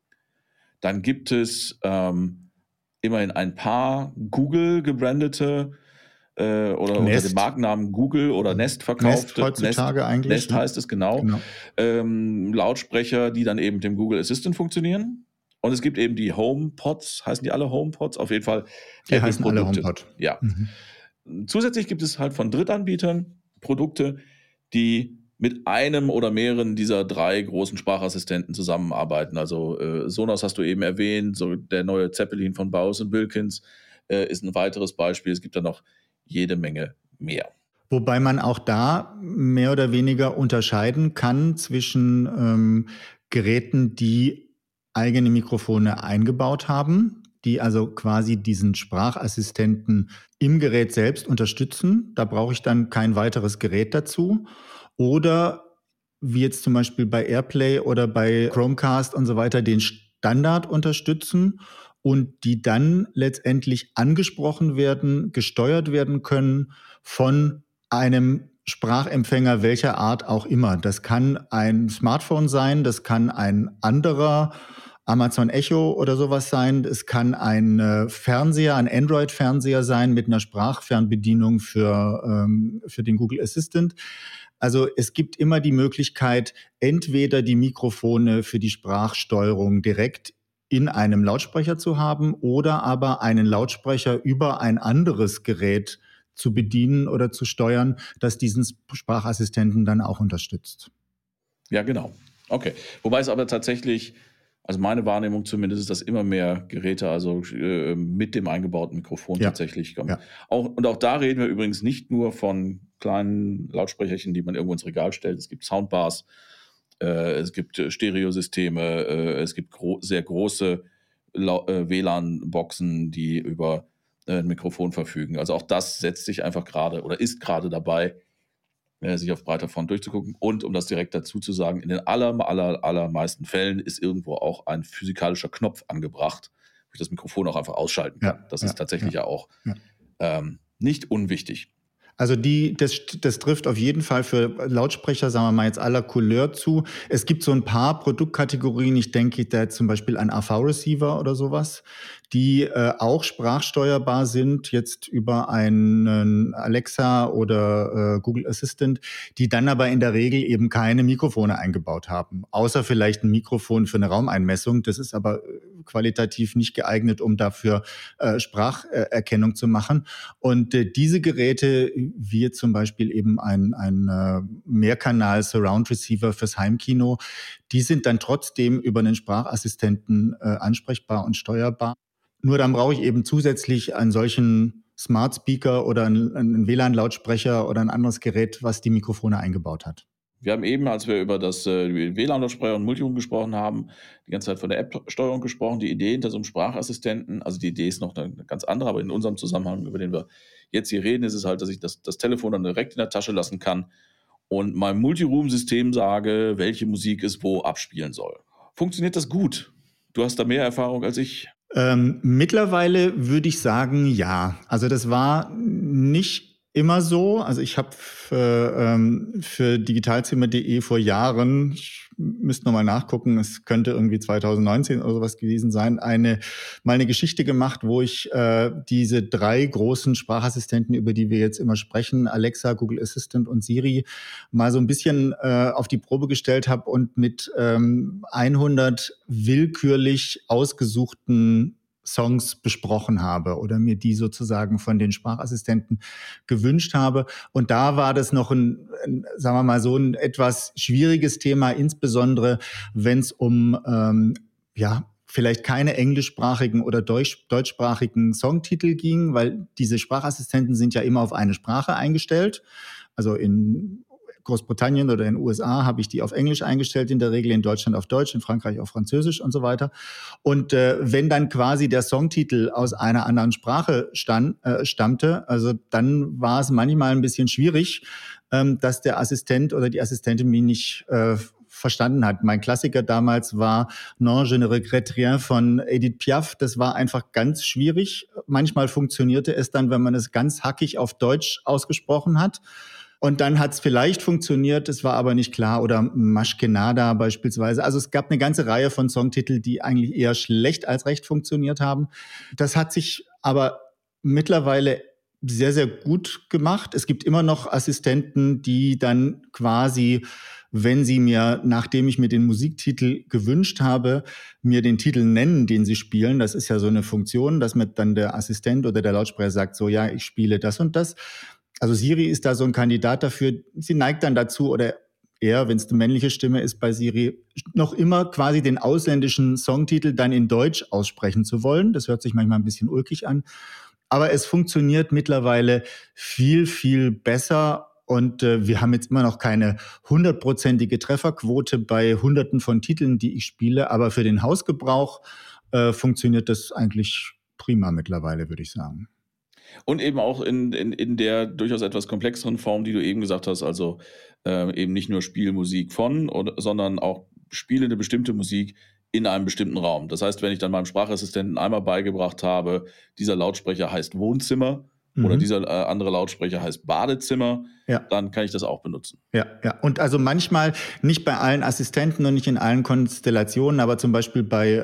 Dann gibt es immerhin ein paar Google gebrandete oder unter dem Markennamen Google oder Nest verkaufte. Nest heutzutage eigentlich. Nest heißt es, genau. Lautsprecher, die dann eben mit dem Google Assistant funktionieren. Und es gibt eben die HomePods, heißen die alle HomePods? Auf jeden Fall die heißen alle HomePod. Ja. Zusätzlich gibt es halt von Drittanbietern Produkte, die mit einem oder mehreren dieser 3 großen Sprachassistenten zusammenarbeiten. Also Sonos hast du eben erwähnt, so der neue Zeppelin von Bose & Wilkins ist ein weiteres Beispiel. Es gibt da noch jede Menge mehr. Wobei man auch da mehr oder weniger unterscheiden kann zwischen Geräten, die eigene Mikrofone eingebaut haben, die also quasi diesen Sprachassistenten im Gerät selbst unterstützen. Da brauche ich dann kein weiteres Gerät dazu. Oder wie jetzt zum Beispiel bei AirPlay oder bei Chromecast und so weiter den Standard unterstützen und die dann letztendlich angesprochen werden, gesteuert werden können von einem Sprachempfänger welcher Art auch immer. Das kann ein Smartphone sein, das kann ein anderer Amazon Echo oder sowas sein, es kann ein Fernseher, ein Android-Fernseher sein mit einer Sprachfernbedienung für den Google Assistant. Also es gibt immer die Möglichkeit, entweder die Mikrofone für die Sprachsteuerung direkt in einem Lautsprecher zu haben oder aber einen Lautsprecher über ein anderes Gerät zu bedienen oder zu steuern, das diesen Sprachassistenten dann auch unterstützt. Ja, genau. Okay. Wobei es aber tatsächlich, also meine Wahrnehmung zumindest ist, dass immer mehr Geräte also mit dem eingebauten Mikrofon tatsächlich kommen. Ja. Auch da reden wir übrigens nicht nur von kleinen Lautsprecherchen, die man irgendwo ins Regal stellt. Es gibt Soundbars, es gibt Stereosysteme, es gibt sehr große WLAN-Boxen, die über ein Mikrofon verfügen. Also auch das setzt sich einfach gerade oder ist gerade dabei, sich auf breiter Front durchzugucken. Und um das direkt dazu zu sagen, in den allermeisten Fällen ist irgendwo auch ein physikalischer Knopf angebracht, wo ich das Mikrofon auch einfach ausschalten kann. Das ist tatsächlich auch nicht unwichtig. Also das trifft auf jeden Fall für Lautsprecher, sagen wir mal jetzt aller Couleur zu. Es gibt so ein paar Produktkategorien, ich denke da zum Beispiel an AV-Receiver oder sowas, die auch sprachsteuerbar sind, jetzt über einen Alexa oder Google Assistant, die dann aber in der Regel eben keine Mikrofone eingebaut haben. Außer vielleicht ein Mikrofon für eine Raumeinmessung. Das ist aber qualitativ nicht geeignet, um dafür Spracherkennung zu machen. Und diese Geräte, wie zum Beispiel eben ein Mehrkanal-Surround-Receiver fürs Heimkino, die sind dann trotzdem über einen Sprachassistenten ansprechbar und steuerbar. Nur dann brauche ich eben zusätzlich einen solchen Smart Speaker oder einen WLAN-Lautsprecher oder ein anderes Gerät, was die Mikrofone eingebaut hat. Wir haben eben, als wir über das WLAN-Lautsprecher und Multiroom gesprochen haben, die ganze Zeit von der App-Steuerung gesprochen. Die Idee hinter so einem Sprachassistenten, also die Idee ist noch eine ganz andere, aber in unserem Zusammenhang, über den wir jetzt hier reden, ist es halt, dass ich das Telefon dann direkt in der Tasche lassen kann und meinem Multiroom-System sage, welche Musik es wo abspielen soll. Funktioniert das gut? Du hast da mehr Erfahrung als ich. Mittlerweile würde ich sagen, ja. Also das war nicht immer so. Also ich habe für digitalzimmer.de vor Jahren, ich müsste nochmal nachgucken, es könnte irgendwie 2019 oder sowas gewesen sein, mal eine Geschichte gemacht, wo ich diese 3 großen Sprachassistenten, über die wir jetzt immer sprechen, Alexa, Google Assistant und Siri, mal so ein bisschen auf die Probe gestellt habe und mit 100 willkürlich ausgesuchten Songs besprochen habe oder mir die sozusagen von den Sprachassistenten gewünscht habe. Und da war das noch sagen wir mal so ein etwas schwieriges Thema, insbesondere wenn es um vielleicht keine englischsprachigen oder deutschsprachigen Songtitel ging, weil diese Sprachassistenten sind ja immer auf eine Sprache eingestellt. Also in Großbritannien oder in den USA habe ich die auf Englisch eingestellt, in der Regel in Deutschland auf Deutsch, in Frankreich auf Französisch und so weiter. Und wenn dann quasi der Songtitel aus einer anderen Sprache stammte, also dann war es manchmal ein bisschen schwierig, dass der Assistent oder die Assistentin mich nicht verstanden hat. Mein Klassiker damals war Non, je ne regrette rien von Edith Piaf. Das war einfach ganz schwierig, manchmal funktionierte es dann, wenn man es ganz hackig auf Deutsch ausgesprochen hat. Und dann hat es vielleicht funktioniert, es war aber nicht klar. Oder Maschkenada beispielsweise. Also es gab eine ganze Reihe von Songtiteln, die eigentlich eher schlecht als recht funktioniert haben. Das hat sich aber mittlerweile sehr, sehr gut gemacht. Es gibt immer noch Assistenten, die dann quasi, wenn sie mir, nachdem ich mir den Musiktitel gewünscht habe, mir den Titel nennen, den sie spielen. Das ist ja so eine Funktion, dass mir dann der Assistent oder der Lautsprecher sagt, so ja, ich spiele das und das. Also Siri ist da so ein Kandidat dafür. Sie neigt dann dazu, oder eher, wenn es eine männliche Stimme ist bei Siri, noch immer quasi den ausländischen Songtitel dann in Deutsch aussprechen zu wollen. Das hört sich manchmal ein bisschen ulkig an. Aber es funktioniert mittlerweile viel, viel besser. Und wir haben jetzt immer noch keine 100%ige Trefferquote bei Hunderten von Titeln, die ich spiele. Aber für den Hausgebrauch funktioniert das eigentlich prima mittlerweile, würde ich sagen. Und eben auch in der durchaus etwas komplexeren Form, die du eben gesagt hast, also eben nicht nur Spielmusik sondern auch spiele eine bestimmte Musik in einem bestimmten Raum. Das heißt, wenn ich dann meinem Sprachassistenten einmal beigebracht habe, dieser Lautsprecher heißt Wohnzimmer oder dieser andere Lautsprecher heißt Badezimmer, dann kann ich das auch benutzen. Ja. Und also manchmal, nicht bei allen Assistenten und nicht in allen Konstellationen, aber zum Beispiel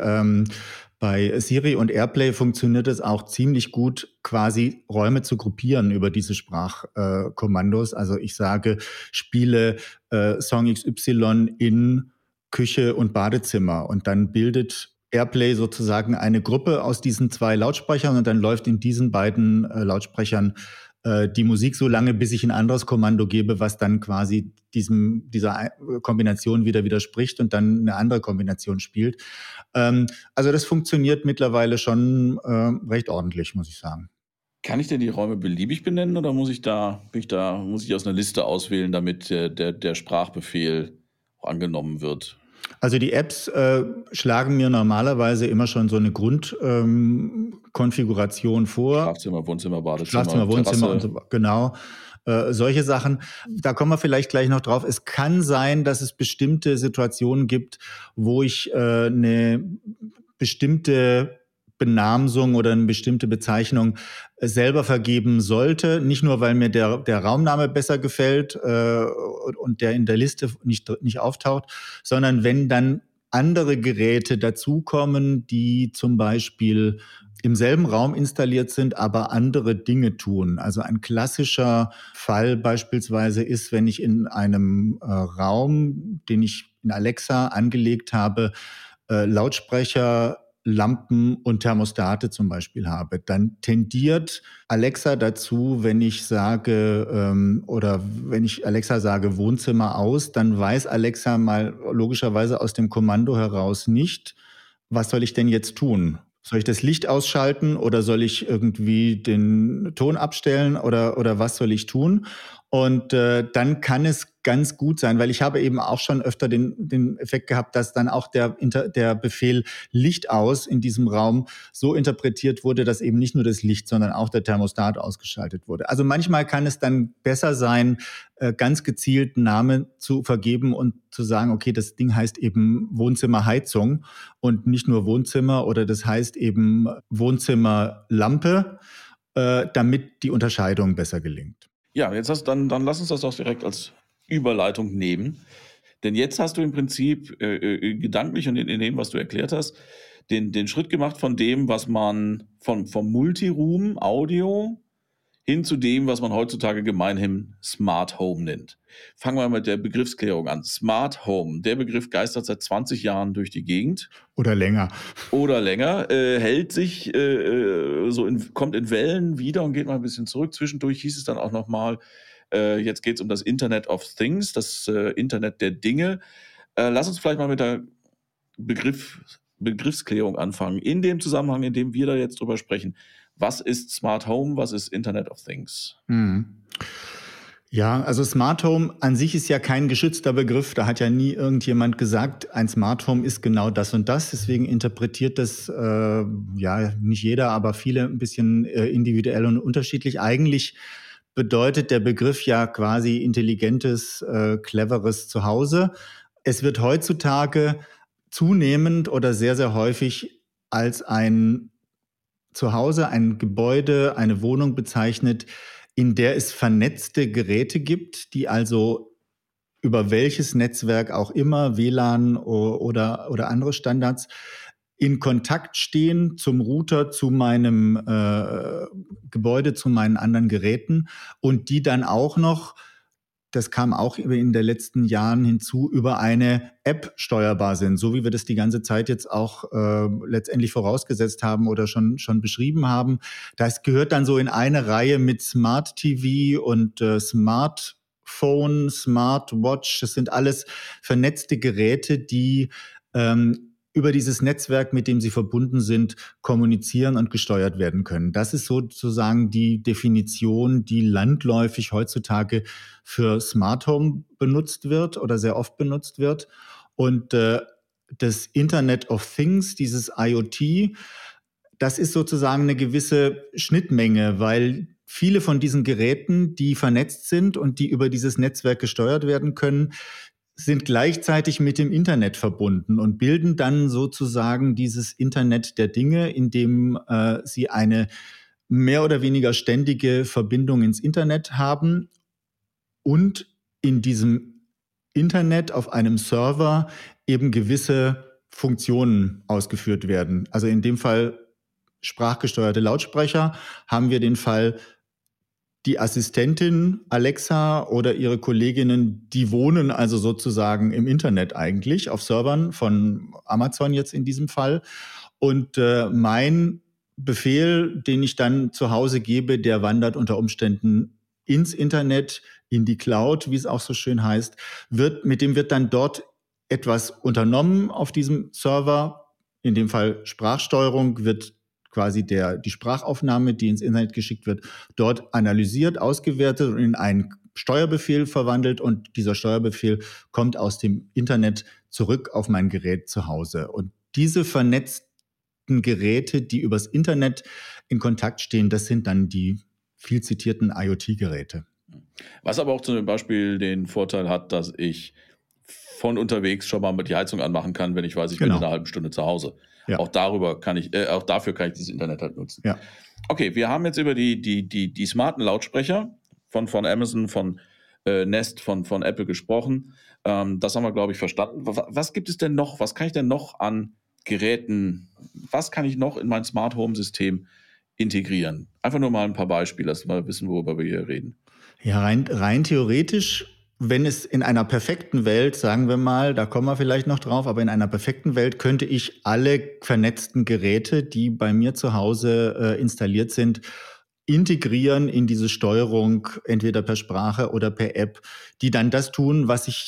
bei Siri und Airplay funktioniert es auch ziemlich gut, quasi Räume zu gruppieren über diese Sprachkommandos. Also ich sage, spiele Song XY in Küche und Badezimmer, und dann bildet Airplay sozusagen eine Gruppe aus diesen zwei Lautsprechern, und dann läuft in diesen beiden Lautsprechern die Musik so lange, bis ich ein anderes Kommando gebe, was dann quasi dieser Kombination wieder widerspricht und dann eine andere Kombination spielt. Also das funktioniert mittlerweile schon recht ordentlich, muss ich sagen. Kann ich denn die Räume beliebig benennen oder muss ich aus einer Liste auswählen, damit der Sprachbefehl auch angenommen wird? Also die Apps schlagen mir normalerweise immer schon so eine Grundkonfiguration vor. Schlafzimmer, Wohnzimmer, Badezimmer, Schlafzimmer, Wohnzimmer und so, genau. Solche Sachen. Da kommen wir vielleicht gleich noch drauf. Es kann sein, dass es bestimmte Situationen gibt, wo ich eine bestimmte Benamsung oder eine bestimmte Bezeichnung selber vergeben sollte. Nicht nur, weil mir der Raumname besser gefällt und der in der Liste nicht auftaucht, sondern wenn dann andere Geräte dazukommen, die zum Beispiel im selben Raum installiert sind, aber andere Dinge tun. Also ein klassischer Fall beispielsweise ist, wenn ich in einem Raum, den ich in Alexa angelegt habe, Lautsprecher, Lampen und Thermostate zum Beispiel habe, dann tendiert Alexa dazu, wenn ich sage oder wenn ich Alexa sage Wohnzimmer aus, dann weiß Alexa mal logischerweise aus dem Kommando heraus nicht, was soll ich denn jetzt tun? Soll ich das Licht ausschalten oder soll ich irgendwie den Ton abstellen oder was soll ich tun? Und dann kann es ganz gut sein, weil ich habe eben auch schon öfter den Effekt gehabt, dass dann auch der Befehl Licht aus in diesem Raum so interpretiert wurde, dass eben nicht nur das Licht, sondern auch der Thermostat ausgeschaltet wurde. Also manchmal kann es dann besser sein, ganz gezielt einen Namen zu vergeben und zu sagen, okay, das Ding heißt eben Wohnzimmerheizung und nicht nur Wohnzimmer, oder das heißt eben Wohnzimmerlampe, damit die Unterscheidung besser gelingt. Ja, dann lass uns das doch direkt als Überleitung nehmen. Denn jetzt hast du im Prinzip gedanklich und in dem, was du erklärt hast, den Schritt gemacht von dem, was man vom Multiroom Audio hin zu dem, was man heutzutage gemeinhin Smart Home nennt. Fangen wir mit der Begriffsklärung an. Smart Home, der Begriff geistert seit 20 Jahren durch die Gegend. Oder länger. Hält sich, kommt in Wellen wieder und geht mal ein bisschen zurück. Zwischendurch hieß es dann auch nochmal, jetzt geht es um das Internet of Things, das Internet der Dinge. Lass uns vielleicht mal mit der Begriffsklärung anfangen. In dem Zusammenhang, in dem wir da jetzt drüber sprechen. Was ist Smart Home? Was ist Internet of Things? Ja, also Smart Home an sich ist ja kein geschützter Begriff. Da hat ja nie irgendjemand gesagt, ein Smart Home ist genau das und das. Deswegen interpretiert das nicht jeder, aber viele ein bisschen individuell und unterschiedlich. Eigentlich bedeutet der Begriff ja quasi intelligentes, cleveres Zuhause. Es wird heutzutage zunehmend oder sehr, sehr häufig als ein zu Hause ein Gebäude, eine Wohnung bezeichnet, in der es vernetzte Geräte gibt, die also über welches Netzwerk auch immer, WLAN oder andere Standards, in Kontakt stehen zum Router, zu meinem Gebäude, zu meinen anderen Geräten und die dann auch noch, das kam auch in den letzten Jahren hinzu, über eine App steuerbar sind, so wie wir das die ganze Zeit jetzt auch letztendlich vorausgesetzt haben oder schon beschrieben haben. Das gehört dann so in eine Reihe mit Smart TV und Smartphone, Smartwatch. Das sind alles vernetzte Geräte, die über dieses Netzwerk, mit dem sie verbunden sind, kommunizieren und gesteuert werden können. Das ist sozusagen die Definition, die landläufig heutzutage für Smart Home benutzt wird oder sehr oft benutzt wird. Und das Internet of Things, dieses IoT, das ist sozusagen eine gewisse Schnittmenge, weil viele von diesen Geräten, die vernetzt sind und die über dieses Netzwerk gesteuert werden können, sind gleichzeitig mit dem Internet verbunden und bilden dann sozusagen dieses Internet der Dinge, in dem sie eine mehr oder weniger ständige Verbindung ins Internet haben und in diesem Internet auf einem Server eben gewisse Funktionen ausgeführt werden. Also in dem Fall sprachgesteuerte Lautsprecher, haben wir den Fall, die Assistentin Alexa oder ihre Kolleginnen, die wohnen also sozusagen im Internet eigentlich, auf Servern von Amazon jetzt in diesem Fall. Und mein Befehl, den ich dann zu Hause gebe, der wandert unter Umständen ins Internet, in die Cloud, wie es auch so schön heißt, mit dem wird dann dort etwas unternommen auf diesem Server. In dem Fall Sprachsteuerung wird quasi die Sprachaufnahme, die ins Internet geschickt wird, dort analysiert, ausgewertet und in einen Steuerbefehl verwandelt und dieser Steuerbefehl kommt aus dem Internet zurück auf mein Gerät zu Hause. Und diese vernetzten Geräte, die übers Internet in Kontakt stehen, das sind dann die viel zitierten IoT-Geräte. Was aber auch zum Beispiel den Vorteil hat, dass ich von unterwegs schon mal mit die Heizung anmachen kann, wenn ich weiß, ich bin in einer halben Stunde zu Hause. Ja. Auch dafür kann ich dieses Internet halt nutzen. Ja. Okay, wir haben jetzt über die smarten Lautsprecher von Amazon, von Nest, von Apple gesprochen. Das haben wir, glaube ich, verstanden. Was gibt es denn noch? Was kann ich denn noch an Geräten, was kann ich noch in mein Smart Home System integrieren? Einfach nur mal ein paar Beispiele, dass wir wissen, worüber wir hier reden. Ja, rein theoretisch, wenn es in einer perfekten Welt, sagen wir mal, da kommen wir vielleicht noch drauf, aber in einer perfekten Welt könnte ich alle vernetzten Geräte, die bei mir zu Hause installiert sind, integrieren in diese Steuerung, entweder per Sprache oder per App, die dann das tun, was ich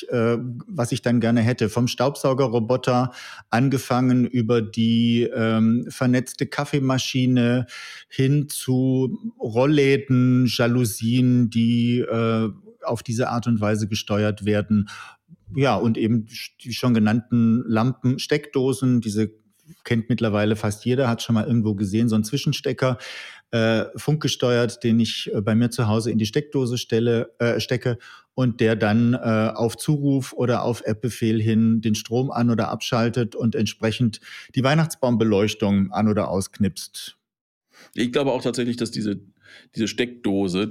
dann gerne hätte. Vom Staubsaugerroboter angefangen über die vernetzte Kaffeemaschine hin zu Rollläden, Jalousien, die auf diese Art und Weise gesteuert werden. Ja, und eben die schon genannten Lampen, Steckdosen, diese kennt mittlerweile fast jeder, hat schon mal irgendwo gesehen, so ein Zwischenstecker, funkgesteuert, den ich bei mir zu Hause in die Steckdose stecke und der dann auf Zuruf oder auf App-Befehl hin den Strom an- oder abschaltet und entsprechend die Weihnachtsbaumbeleuchtung an- oder ausknipst. Ich glaube auch tatsächlich, dass diese Steckdose,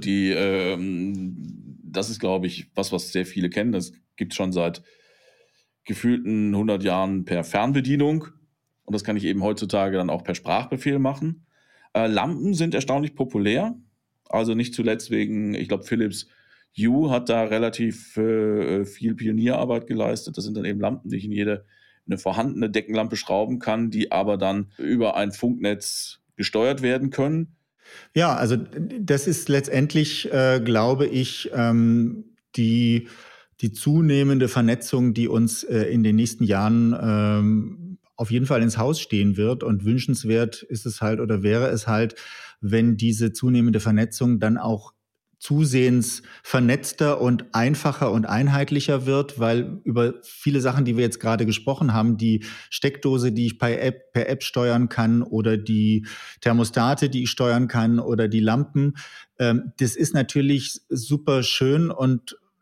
das ist, glaube ich, was sehr viele kennen. Das gibt es schon seit gefühlten 100 Jahren per Fernbedienung. Und das kann ich eben heutzutage dann auch per Sprachbefehl machen. Lampen sind erstaunlich populär. Also nicht zuletzt wegen, ich glaube, Philips Hue hat da relativ viel Pionierarbeit geleistet. Das sind dann eben Lampen, die ich in eine vorhandene Deckenlampe schrauben kann, die aber dann über ein Funknetz gesteuert werden können. Ja, also das ist letztendlich, glaube ich, die zunehmende Vernetzung, die uns in den nächsten Jahren auf jeden Fall ins Haus stehen wird. Und wünschenswert ist es halt oder wäre es halt, wenn diese zunehmende Vernetzung dann auch zusehends vernetzter und einfacher und einheitlicher wird, weil über viele Sachen, die wir jetzt gerade gesprochen haben, die Steckdose, die ich per App steuern kann oder die Thermostate, die ich steuern kann oder die Lampen, das ist natürlich super schön und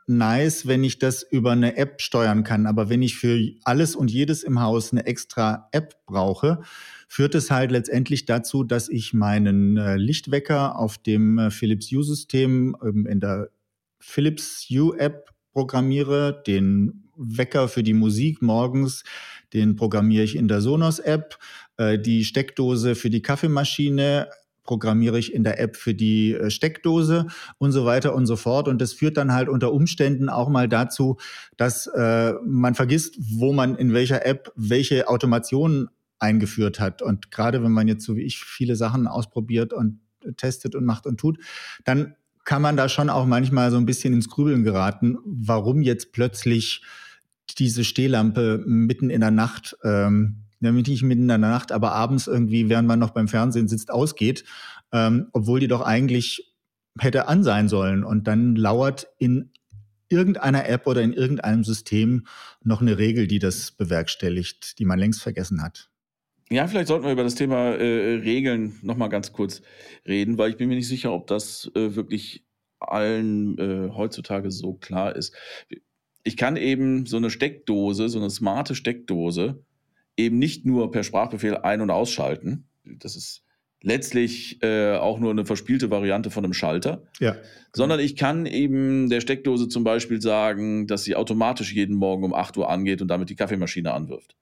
nice, wenn ich das über eine App steuern kann. Aber wenn ich für alles und jedes im Haus eine extra App brauche, führt es halt letztendlich dazu, dass ich meinen Lichtwecker auf dem Philips Hue-System in der Philips Hue-App programmiere, den Wecker für die Musik morgens, den programmiere ich in der Sonos-App, die Steckdose für die Kaffeemaschine programmiere ich in der App für die Steckdose und so weiter und so fort. Und das führt dann halt unter Umständen auch mal dazu, dass man vergisst, wo man in welcher App welche Automationen eingeführt hat. Und gerade wenn man jetzt so wie ich viele Sachen ausprobiert und testet und macht und tut, dann kann man da schon auch manchmal so ein bisschen ins Grübeln geraten, warum jetzt plötzlich diese Stehlampe mitten in der Nacht, nicht mitten in der Nacht, aber abends irgendwie, während man noch beim Fernsehen sitzt, ausgeht, obwohl die doch eigentlich hätte an sein sollen. Und dann lauert in irgendeiner App oder in irgendeinem System noch eine Regel, die das bewerkstelligt, die man längst vergessen hat. Ja, vielleicht sollten wir über das Thema Regeln nochmal ganz kurz reden, weil ich bin mir nicht sicher, ob das wirklich allen heutzutage so klar ist. Ich kann eben so eine Steckdose, so eine smarte Steckdose, eben nicht nur per Sprachbefehl ein- und ausschalten. Das ist letztlich auch nur eine verspielte Variante von einem Schalter. Ja, genau. Sondern ich kann eben der Steckdose zum Beispiel sagen, dass sie automatisch jeden Morgen um 8 Uhr angeht und damit die Kaffeemaschine anwirft.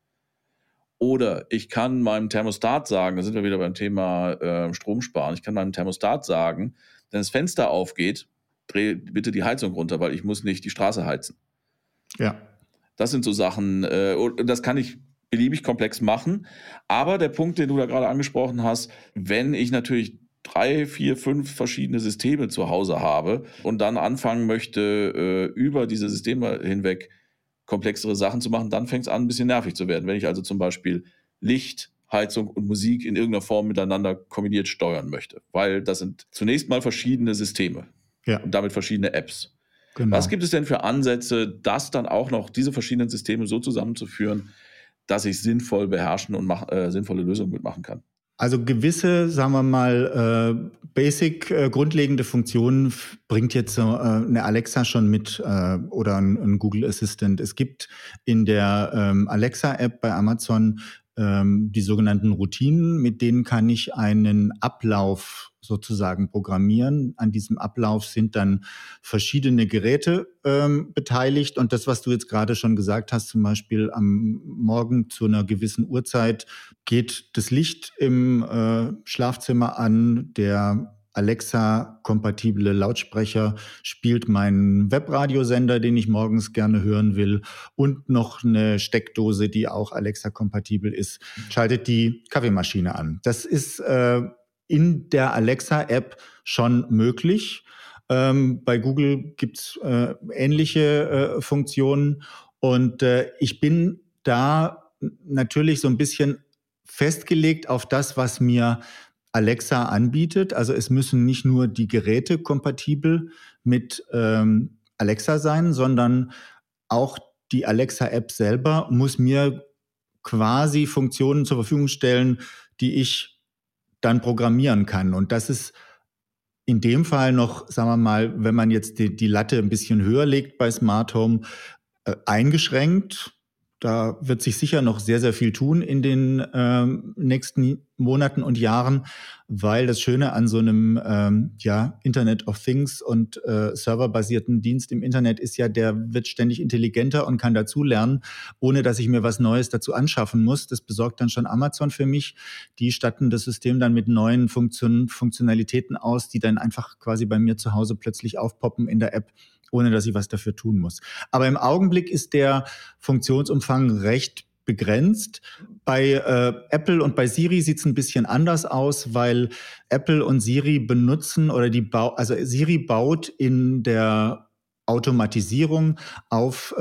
Oder ich kann meinem Thermostat sagen, da sind wir wieder beim Thema Strom sparen, ich kann meinem Thermostat sagen, wenn das Fenster aufgeht, dreh bitte die Heizung runter, weil ich muss nicht die Straße heizen. Ja. Das sind so Sachen, und das kann ich beliebig komplex machen. Aber der Punkt, den du da gerade angesprochen hast, wenn ich natürlich 3, 4, 5 verschiedene Systeme zu Hause habe und dann anfangen möchte, über diese Systeme hinweg komplexere Sachen zu machen, dann fängt es an, ein bisschen nervig zu werden. Wenn ich also zum Beispiel Licht, Heizung und Musik in irgendeiner Form miteinander kombiniert steuern möchte. Weil das sind zunächst mal verschiedene Systeme und damit verschiedene Apps. Genau. Was gibt es denn für Ansätze, das dann auch noch, diese verschiedenen Systeme so zusammenzuführen, dass ich sinnvoll beherrschen und sinnvolle Lösungen mitmachen kann? Also gewisse, sagen wir mal, grundlegende Funktionen bringt jetzt eine Alexa schon mit oder ein Google Assistant. Es gibt in der Alexa-App bei Amazon die sogenannten Routinen, mit denen kann ich einen Ablauf sozusagen programmieren. An diesem Ablauf sind dann verschiedene Geräte beteiligt. Und das, was du jetzt gerade schon gesagt hast, zum Beispiel am Morgen zu einer gewissen Uhrzeit geht das Licht im Schlafzimmer an, der Alexa-kompatible Lautsprecher spielt meinen Webradiosender, den ich morgens gerne hören will, und noch eine Steckdose, die auch Alexa-kompatibel ist, schaltet die Kaffeemaschine an. Das ist in der Alexa-App schon möglich. Bei Google gibt's ähnliche Funktionen und ich bin da natürlich so ein bisschen festgelegt auf das, was mir Alexa anbietet. Also es müssen nicht nur die Geräte kompatibel mit Alexa sein, sondern auch die Alexa-App selber muss mir quasi Funktionen zur Verfügung stellen, die ich dann programmieren kann. Und das ist in dem Fall noch, sagen wir mal, wenn man jetzt die Latte ein bisschen höher legt bei Smart Home, eingeschränkt. Da wird sich sicher noch sehr, sehr viel tun in den nächsten Monaten und Jahren, weil das Schöne an so einem Internet of Things und serverbasierten Dienst im Internet ist ja, der wird ständig intelligenter und kann dazulernen, ohne dass ich mir was Neues dazu anschaffen muss. Das besorgt dann schon Amazon für mich. Die statten das System dann mit neuen Funktionalitäten aus, die dann einfach quasi bei mir zu Hause plötzlich aufpoppen in der App, ohne dass ich was dafür tun muss. Aber im Augenblick ist der Funktionsumfang recht begrenzt. Bei Apple und bei Siri sieht es ein bisschen anders aus, weil Apple und Siri benutzen oder Siri baut in der Automatisierung auf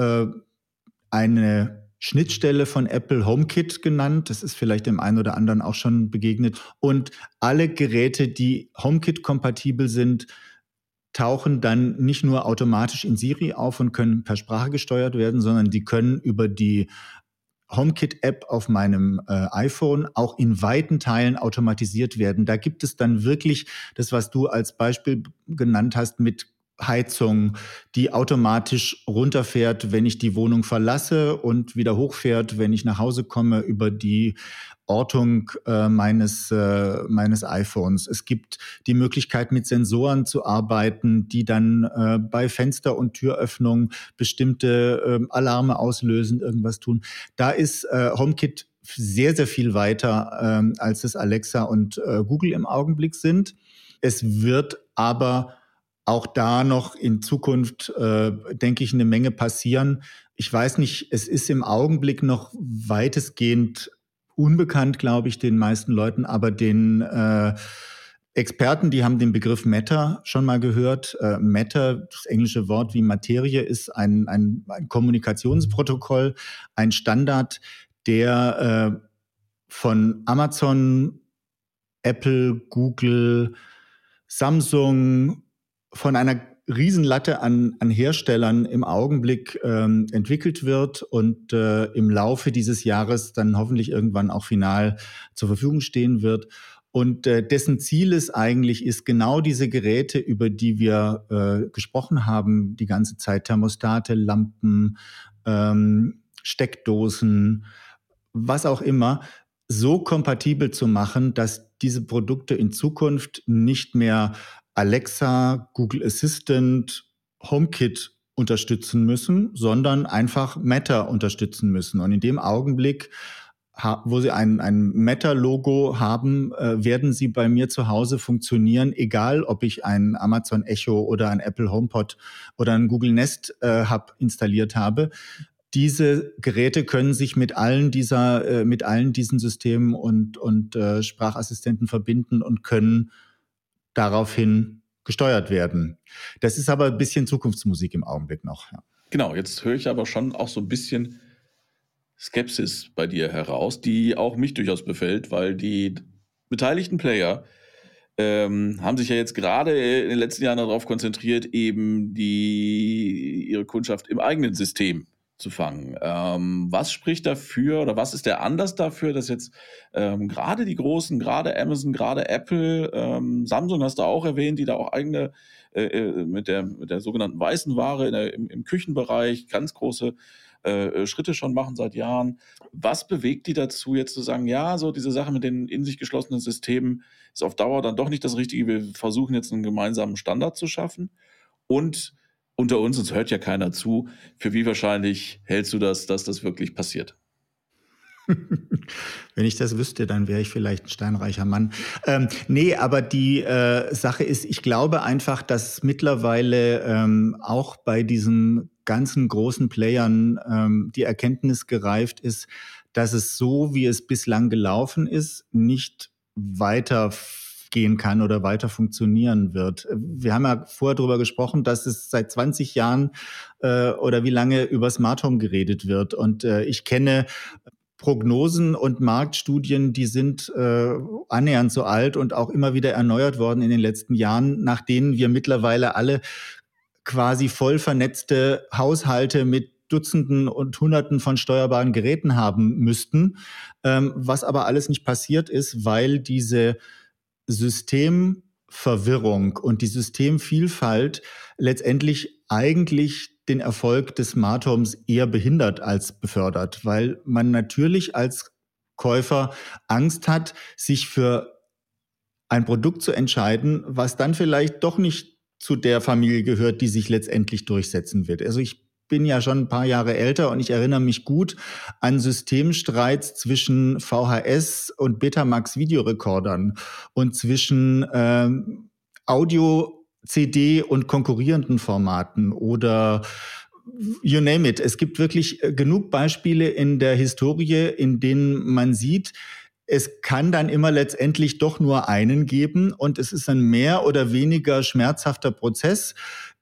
eine Schnittstelle von Apple HomeKit genannt. Das ist vielleicht dem einen oder anderen auch schon begegnet. Und alle Geräte, die HomeKit-kompatibel sind, tauchen dann nicht nur automatisch in Siri auf und können per Sprache gesteuert werden, sondern die können über die HomeKit-App auf meinem iPhone auch in weiten Teilen automatisiert werden. Da gibt es dann wirklich das, was du als Beispiel genannt hast, mit Heizung, die automatisch runterfährt, wenn ich die Wohnung verlasse und wieder hochfährt, wenn ich nach Hause komme, über die Ortung meines iPhones. Es gibt die Möglichkeit, mit Sensoren zu arbeiten, die dann bei Fenster- und Türöffnung bestimmte Alarme auslösen, irgendwas tun. Da ist HomeKit sehr, sehr viel weiter, als es Alexa und Google im Augenblick sind. Es wird aber auch da noch in Zukunft, denke ich, eine Menge passieren. Ich weiß nicht, es ist im Augenblick noch weitestgehend unbekannt, glaube ich, den meisten Leuten, aber den Experten, die haben den Begriff Matter schon mal gehört. Matter, das englische Wort wie Materie, ist ein Kommunikationsprotokoll, ein Standard, der von Amazon, Apple, Google, Samsung, von einer Riesenlatte an Herstellern im Augenblick entwickelt wird und im Laufe dieses Jahres dann hoffentlich irgendwann auch final zur Verfügung stehen wird. Und dessen Ziel es eigentlich ist, genau diese Geräte, über die wir gesprochen haben, die ganze Zeit, Thermostate, Lampen, Steckdosen, was auch immer, so kompatibel zu machen, dass diese Produkte in Zukunft nicht mehr Alexa, Google Assistant, HomeKit unterstützen müssen, sondern einfach Meta unterstützen müssen. Und in dem Augenblick, wo sie ein Meta-Logo haben, werden sie bei mir zu Hause funktionieren, egal ob ich ein Amazon Echo oder ein Apple HomePod oder ein Google Nest Hub installiert habe. Diese Geräte können sich mit allen diesen Systemen und Sprachassistenten verbinden und können daraufhin gesteuert werden. Das ist aber ein bisschen Zukunftsmusik im Augenblick noch. Ja. Genau, jetzt höre ich aber schon auch so ein bisschen Skepsis bei dir heraus, die auch mich durchaus befällt, weil die beteiligten Player haben sich ja jetzt gerade in den letzten Jahren darauf konzentriert, eben ihre Kundschaft im eigenen System zu fangen. Was spricht dafür oder was ist der Anlass dafür, dass jetzt gerade die Großen, gerade Amazon, gerade Apple, Samsung hast du auch erwähnt, die da auch eigene mit der sogenannten weißen Ware im Küchenbereich ganz große Schritte schon machen seit Jahren. Was bewegt die dazu, jetzt zu sagen, ja, so diese Sache mit den in sich geschlossenen Systemen ist auf Dauer dann doch nicht das Richtige. Wir versuchen jetzt einen gemeinsamen Standard zu schaffen. Und unter uns hört ja keiner zu. Für wie wahrscheinlich hältst du das, dass das wirklich passiert? Wenn ich das wüsste, dann wäre ich vielleicht ein steinreicher Mann. Nee, aber die Sache ist, ich glaube einfach, dass mittlerweile auch bei diesen ganzen großen Playern die Erkenntnis gereift ist, dass es so, wie es bislang gelaufen ist, nicht weitergehen kann oder weiter funktionieren wird. Wir haben ja vorher darüber gesprochen, dass es seit 20 Jahren oder wie lange über Smart Home geredet wird. Und ich kenne Prognosen und Marktstudien, die sind annähernd so alt und auch immer wieder erneuert worden in den letzten Jahren, nach denen wir mittlerweile alle quasi voll vernetzte Haushalte mit Dutzenden und Hunderten von steuerbaren Geräten haben müssten, was aber alles nicht passiert ist, weil diese Systemverwirrung und die Systemvielfalt letztendlich eigentlich den Erfolg des Smart Homes eher behindert als befördert, weil man natürlich als Käufer Angst hat, sich für ein Produkt zu entscheiden, was dann vielleicht doch nicht zu der Familie gehört, die sich letztendlich durchsetzen wird. Also ich bin ja schon ein paar Jahre älter und ich erinnere mich gut an Systemstreits zwischen VHS und Betamax Videorekordern und zwischen Audio, CD und konkurrierenden Formaten oder you name it. Es gibt wirklich genug Beispiele in der Historie, in denen man sieht, es kann dann immer letztendlich doch nur einen geben und es ist ein mehr oder weniger schmerzhafter Prozess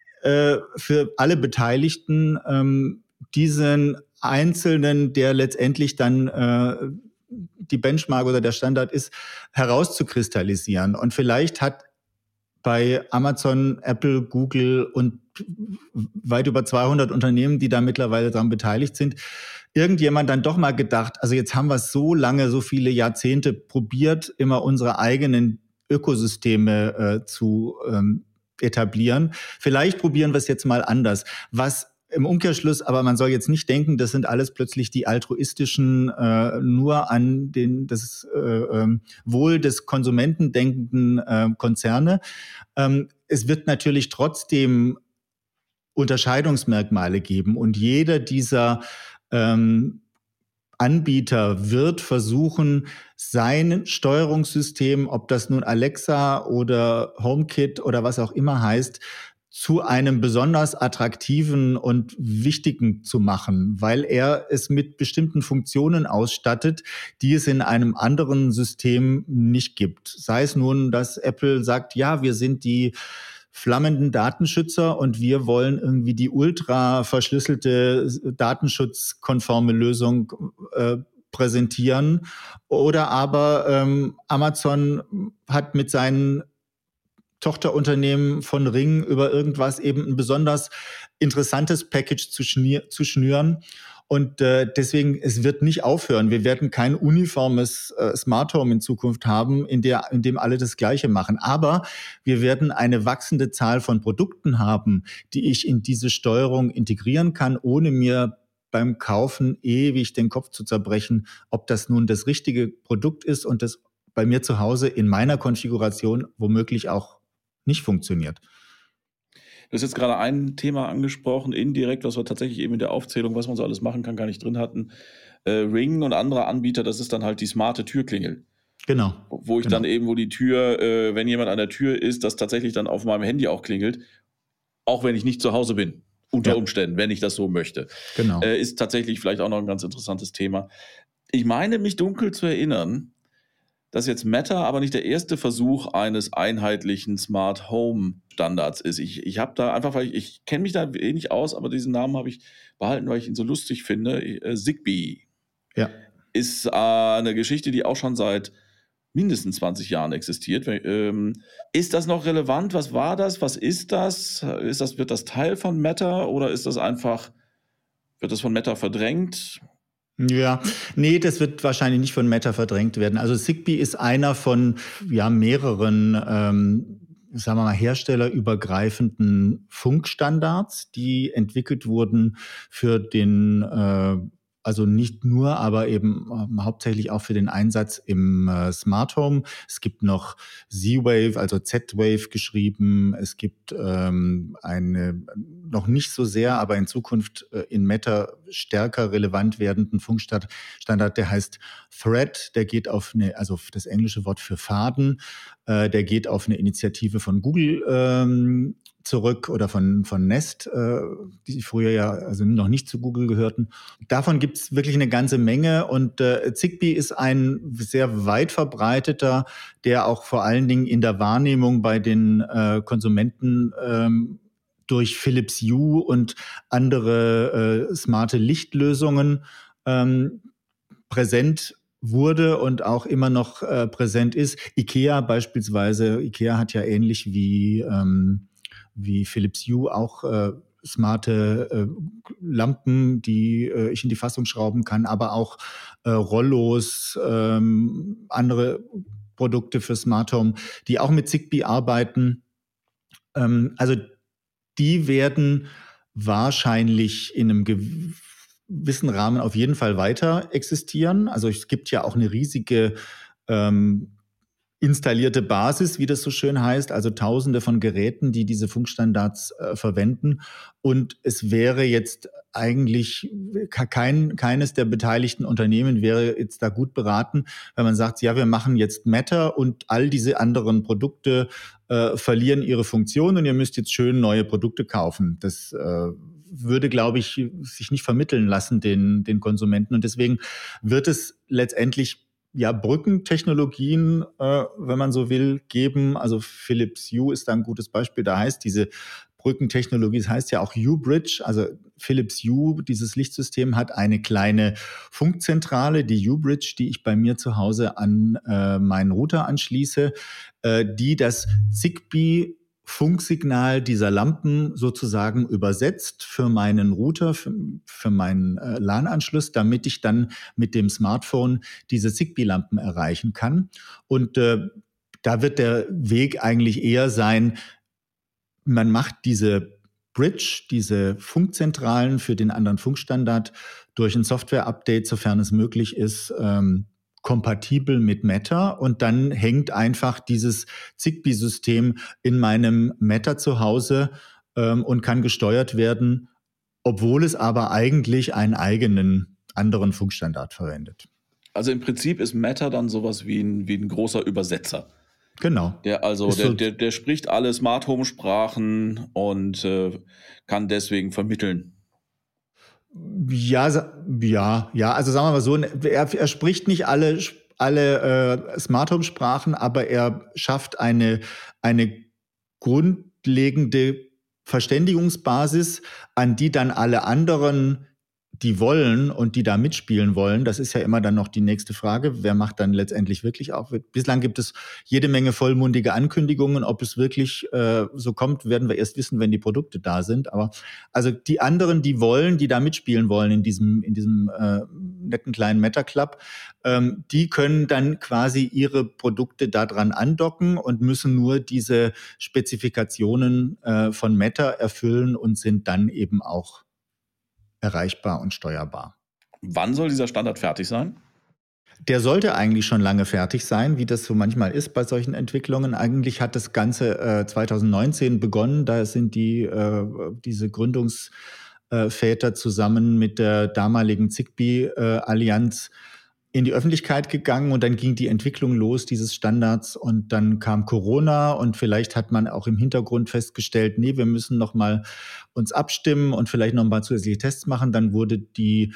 für alle Beteiligten, diesen Einzelnen, der letztendlich dann die Benchmark oder der Standard ist, herauszukristallisieren. Und vielleicht hat bei Amazon, Apple, Google und weit über 200 Unternehmen, die da mittlerweile daran beteiligt sind, irgendjemand dann doch mal gedacht, also jetzt haben wir es so lange, so viele Jahrzehnte probiert, immer unsere eigenen Ökosysteme zu etablieren. Vielleicht probieren wir es jetzt mal anders. Was im Umkehrschluss, aber man soll jetzt nicht denken, das sind alles plötzlich die altruistischen, nur an das Wohl des Konsumenten denkenden Konzerne. Es wird natürlich trotzdem Unterscheidungsmerkmale geben und jeder dieser Anbieter wird versuchen, sein Steuerungssystem, ob das nun Alexa oder HomeKit oder was auch immer heißt, zu einem besonders attraktiven und wichtigen zu machen, weil er es mit bestimmten Funktionen ausstattet, die es in einem anderen System nicht gibt. Sei es nun, dass Apple sagt, ja, wir sind die flammenden Datenschützer und wir wollen irgendwie die ultra verschlüsselte, datenschutzkonforme Lösung präsentieren. Oder aber Amazon hat mit seinen Tochterunternehmen von Ring über irgendwas eben ein besonders interessantes Package zu schnüren. Und deswegen, es wird nicht aufhören. Wir werden kein uniformes Smart Home in Zukunft haben, in dem alle das Gleiche machen. Aber wir werden eine wachsende Zahl von Produkten haben, die ich in diese Steuerung integrieren kann, ohne mir beim Kaufen ewig den Kopf zu zerbrechen, ob das nun das richtige Produkt ist und das bei mir zu Hause in meiner Konfiguration womöglich auch nicht funktioniert. Du hast jetzt gerade ein Thema angesprochen, indirekt, was wir tatsächlich eben in der Aufzählung, was man so alles machen kann, gar nicht drin hatten. Ring und andere Anbieter, das ist dann halt die smarte Türklingel. Genau. Wo ich dann eben, wo die Tür, wenn jemand an der Tür ist, das tatsächlich dann auf meinem Handy auch klingelt, auch wenn ich nicht zu Hause bin. Unter Umständen, wenn ich das so möchte. Genau. Ist tatsächlich vielleicht auch noch ein ganz interessantes Thema. Ich meine, mich dunkel zu erinnern, dass jetzt Meta aber nicht der erste Versuch eines einheitlichen Smart Home Standards ist. Ich habe da einfach, weil ich kenne mich da wenig aus, aber diesen Namen habe ich behalten, weil ich ihn so lustig finde. Zigbee ist eine Geschichte, die auch schon seit mindestens 20 Jahren existiert. Ist das noch relevant? Was war das? Was ist das? Wird das Teil von Meta oder ist das einfach, wird das von Meta verdrängt? Ja, nee, das wird wahrscheinlich nicht von Meta verdrängt werden. Also Zigbee ist einer von mehreren, sagen wir mal, herstellerübergreifenden Funkstandards, die entwickelt wurden für den also nicht nur, aber eben hauptsächlich auch für den Einsatz im Smart Home. Es gibt noch Z-Wave, also Z-Wave geschrieben. Es gibt eine noch nicht so sehr, aber in Zukunft in Meta stärker relevant werdenden Funkstandard, der heißt Thread. Der geht auf also das englische Wort für Faden, der geht auf eine Initiative von Google zurück oder von Nest, die früher ja also noch nicht zu Google gehörten. Davon gibt es wirklich eine ganze Menge und Zigbee ist ein sehr weit verbreiteter, der auch vor allen Dingen in der Wahrnehmung bei den Konsumenten durch Philips Hue und andere smarte Lichtlösungen präsent wurde und auch immer noch präsent ist. IKEA beispielsweise, IKEA hat ja ähnlich wie Philips Hue auch smarte Lampen, die ich in die Fassung schrauben kann, aber auch Rollos, andere Produkte für Smart Home, die auch mit Zigbee arbeiten. Also die werden wahrscheinlich in einem gewissen Rahmen auf jeden Fall weiter existieren. Also es gibt ja auch eine riesige installierte Basis, wie das so schön heißt, also Tausende von Geräten, die diese Funkstandards verwenden. Und es wäre jetzt eigentlich keines der beteiligten Unternehmen wäre jetzt da gut beraten, wenn man sagt, ja, wir machen jetzt Meta und all diese anderen Produkte verlieren ihre Funktion und ihr müsst jetzt schön neue Produkte kaufen. Das würde, glaube ich, sich nicht vermitteln lassen den Konsumenten. Und deswegen wird es letztendlich Brückentechnologien, wenn man so will, geben. Also Philips Hue ist da ein gutes Beispiel. Da heißt diese Brückentechnologie, das heißt ja auch Hue-Bridge. Also Philips Hue, dieses Lichtsystem, hat eine kleine Funkzentrale, die Hue-Bridge, die ich bei mir zu Hause an meinen Router anschließe, die das Zigbee Funksignal dieser Lampen sozusagen übersetzt für meinen Router, für meinen LAN-Anschluss, damit ich dann mit dem Smartphone diese Zigbee-Lampen erreichen kann. Und da wird der Weg eigentlich eher sein, man macht diese Bridge, diese Funkzentralen für den anderen Funkstandard durch ein Software-Update, sofern es möglich ist, kompatibel mit Matter, und dann hängt einfach dieses Zigbee-System in meinem Matter zu Hause und kann gesteuert werden, obwohl es aber eigentlich einen eigenen anderen Funkstandard verwendet. Also im Prinzip ist Matter dann sowas wie ein großer Übersetzer. Genau. Der spricht alle Smart Home Sprachen und kann deswegen vermitteln. Ja, also sagen wir mal so, er spricht nicht alle Smart Home Sprachen, aber er schafft eine grundlegende Verständigungsbasis, an die dann alle anderen, die wollen und die da mitspielen wollen. Das ist ja immer dann noch die nächste Frage. Wer macht dann letztendlich wirklich auf? Bislang gibt es jede Menge vollmundige Ankündigungen. Ob es wirklich so kommt, werden wir erst wissen, wenn die Produkte da sind. Aber also die anderen, die wollen, die da mitspielen wollen in diesem netten kleinen Meta Club, die können dann quasi ihre Produkte daran andocken und müssen nur diese Spezifikationen von Meta erfüllen und sind dann eben auch erreichbar und steuerbar. Wann soll dieser Standard fertig sein? Der sollte eigentlich schon lange fertig sein, wie das so manchmal ist bei solchen Entwicklungen. Eigentlich hat das Ganze 2019 begonnen. Da sind diese Gründungsväter zusammen mit der damaligen Zigbee-Allianz in die Öffentlichkeit gegangen, und dann ging die Entwicklung los dieses Standards, und dann kam Corona, und vielleicht hat man auch im Hintergrund festgestellt, nee, wir müssen noch mal uns abstimmen und vielleicht noch mal zusätzliche Tests machen. Dann wurde die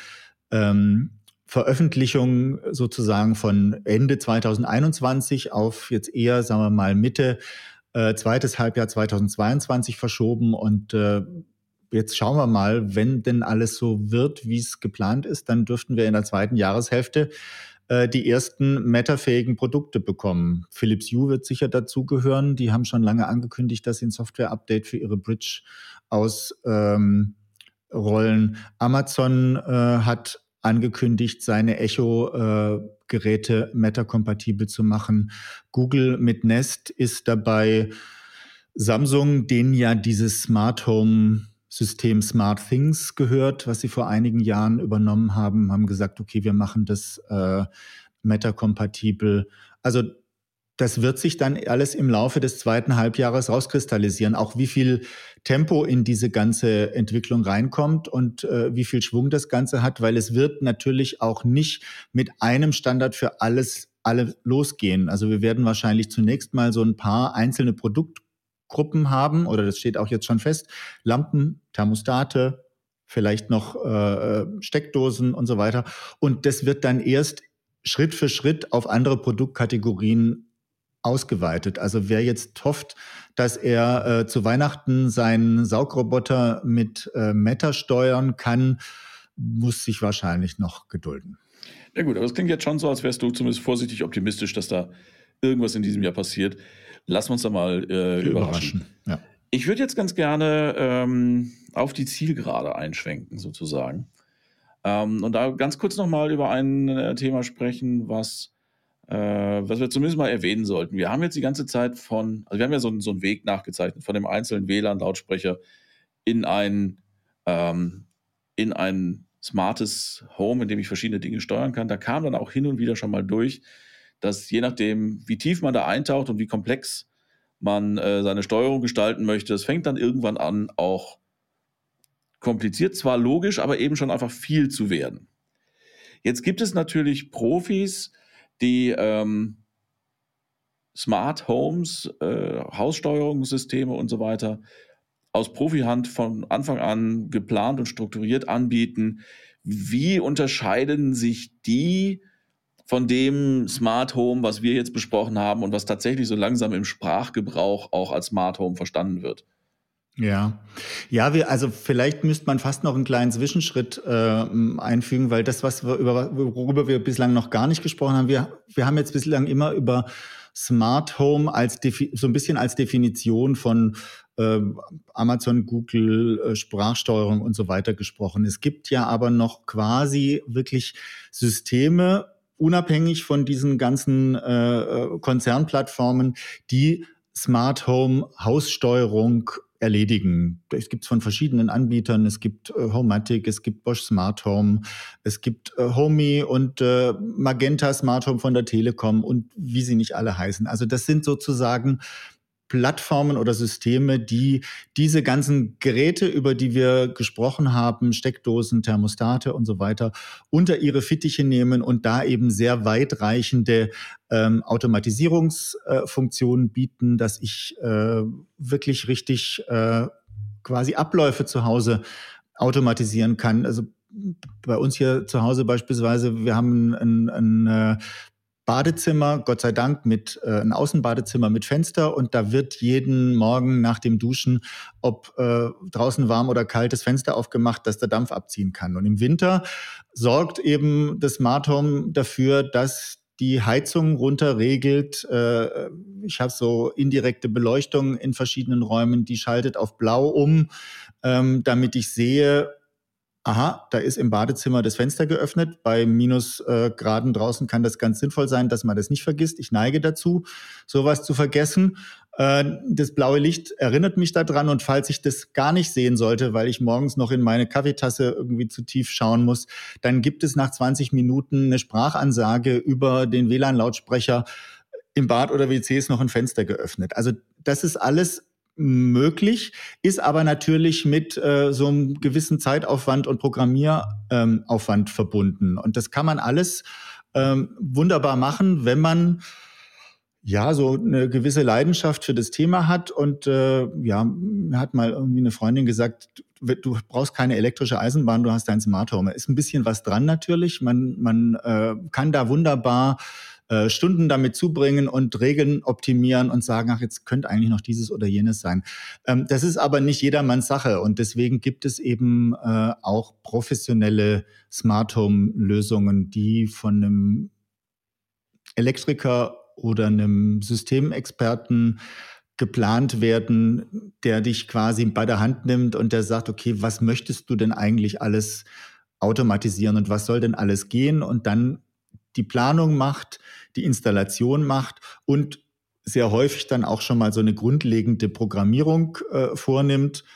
Veröffentlichung sozusagen von Ende 2021 auf jetzt eher, sagen wir mal, Mitte zweites Halbjahr 2022 verschoben, und jetzt schauen wir mal, wenn denn alles so wird, wie es geplant ist, dann dürften wir in der zweiten Jahreshälfte die ersten Meta-fähigen Produkte bekommen. Philips Hue wird sicher dazugehören. Die haben schon lange angekündigt, dass sie ein Software-Update für ihre Bridge ausrollen. Amazon hat angekündigt, seine Echo-Geräte Meta-kompatibel zu machen. Google mit Nest ist dabei. Samsung, denen ja dieses Smart Home System Smart Things gehört, was sie vor einigen Jahren übernommen haben gesagt, okay, wir machen das Meta-kompatibel. Also das wird sich dann alles im Laufe des zweiten Halbjahres rauskristallisieren, auch wie viel Tempo in diese ganze Entwicklung reinkommt und wie viel Schwung das Ganze hat, weil es wird natürlich auch nicht mit einem Standard für alle losgehen. Also wir werden wahrscheinlich zunächst mal so ein paar einzelne Produktgruppen haben, oder das steht auch jetzt schon fest, Lampen, Thermostate, vielleicht noch Steckdosen und so weiter. Und das wird dann erst Schritt für Schritt auf andere Produktkategorien ausgeweitet. Also wer jetzt hofft, dass er zu Weihnachten seinen Saugroboter mit Meta steuern kann, muss sich wahrscheinlich noch gedulden. Ja gut, aber es klingt jetzt schon so, als wärst du zumindest vorsichtig optimistisch, dass da irgendwas in diesem Jahr passiert. Lassen wir uns da mal überraschen. Ja. Ich würde jetzt ganz gerne auf die Zielgerade einschwenken, sozusagen. Und da ganz kurz nochmal über ein Thema sprechen, was wir zumindest mal erwähnen sollten. Wir haben jetzt die ganze Zeit wir haben ja so einen Weg nachgezeichnet von dem einzelnen WLAN-Lautsprecher in ein smartes Home, in dem ich verschiedene Dinge steuern kann. Da kam dann auch hin und wieder schon mal durch, dass je nachdem, wie tief man da eintaucht und wie komplex man seine Steuerung gestalten möchte, es fängt dann irgendwann an, auch kompliziert, zwar logisch, aber eben schon einfach viel zu werden. Jetzt gibt es natürlich Profis, die Smart Homes, Haussteuerungssysteme und so weiter aus Profihand von Anfang an geplant und strukturiert anbieten. Wie unterscheiden sich die von dem Smart Home, was wir jetzt besprochen haben und was tatsächlich so langsam im Sprachgebrauch auch als Smart Home verstanden wird? Ja, also vielleicht müsste man fast noch einen kleinen Zwischenschritt einfügen, weil das, worüber wir bislang noch gar nicht gesprochen haben, wir haben jetzt bislang immer über Smart Home so ein bisschen als Definition von Amazon, Google, Sprachsteuerung und so weiter gesprochen. Es gibt ja aber noch quasi wirklich Systeme, unabhängig von diesen ganzen Konzernplattformen, die Smart Home Haussteuerung erledigen. Es gibt es von verschiedenen Anbietern. Es gibt Homematic, es gibt Bosch Smart Home, es gibt Homey und Magenta Smart Home von der Telekom und wie sie nicht alle heißen. Also das sind sozusagen Plattformen oder Systeme, die diese ganzen Geräte, über die wir gesprochen haben, Steckdosen, Thermostate und so weiter, unter ihre Fittiche nehmen und da eben sehr weitreichende Automatisierungsfunktionen bieten, dass ich wirklich richtig quasi Abläufe zu Hause automatisieren kann. Also bei uns hier zu Hause beispielsweise, wir haben ein Badezimmer, Gott sei Dank, mit ein Außenbadezimmer mit Fenster und da wird jeden Morgen nach dem Duschen, ob draußen warm oder kalt, das Fenster aufgemacht, dass der Dampf abziehen kann. Und im Winter sorgt eben das Smart Home dafür, dass die Heizung runterregelt. Ich habe so indirekte Beleuchtung in verschiedenen Räumen, die schaltet auf blau um, damit ich sehe, aha, da ist im Badezimmer das Fenster geöffnet. Bei Minusgraden draußen kann das ganz sinnvoll sein, dass man das nicht vergisst. Ich neige dazu, sowas zu vergessen. Das blaue Licht erinnert mich daran und falls ich das gar nicht sehen sollte, weil ich morgens noch in meine Kaffeetasse irgendwie zu tief schauen muss, dann gibt es nach 20 Minuten eine Sprachansage über den WLAN-Lautsprecher. Im Bad oder WC ist noch ein Fenster geöffnet. Also das ist alles möglich, ist aber natürlich mit so einem gewissen Zeitaufwand und Programmieraufwand verbunden. Und das kann man alles wunderbar machen, wenn man ja so eine gewisse Leidenschaft für das Thema hat. Und ja, mir hat mal irgendwie eine Freundin gesagt, du brauchst keine elektrische Eisenbahn, du hast dein Smart Home. Ist ein bisschen was dran natürlich. Man kann da wunderbar Stunden damit zubringen und Regeln optimieren und sagen, ach, jetzt könnte eigentlich noch dieses oder jenes sein. Das ist aber nicht jedermanns Sache und deswegen gibt es eben auch professionelle Smart Home Lösungen, die von einem Elektriker oder einem Systemexperten geplant werden, der dich quasi bei der Hand nimmt und der sagt, okay, was möchtest du denn eigentlich alles automatisieren und was soll denn alles gehen und dann die Planung macht, die Installation macht und sehr häufig dann auch schon mal so eine grundlegende Programmierung vornimmt.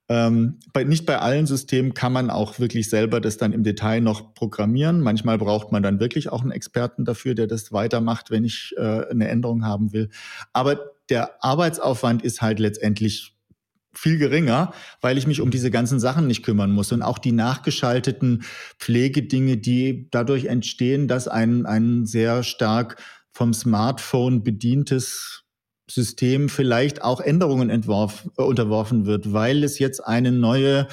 Nicht bei allen Systemen kann man auch wirklich selber das dann im Detail noch programmieren. Manchmal braucht man dann wirklich auch einen Experten dafür, der das weitermacht, wenn ich eine Änderung haben will. Aber der Arbeitsaufwand ist halt letztendlich viel geringer, weil ich mich um diese ganzen Sachen nicht kümmern muss. Und auch die nachgeschalteten Pflegedinge, die dadurch entstehen, dass ein sehr stark vom Smartphone bedientes System vielleicht auch Änderungen unterworfen wird, weil es jetzt eine neue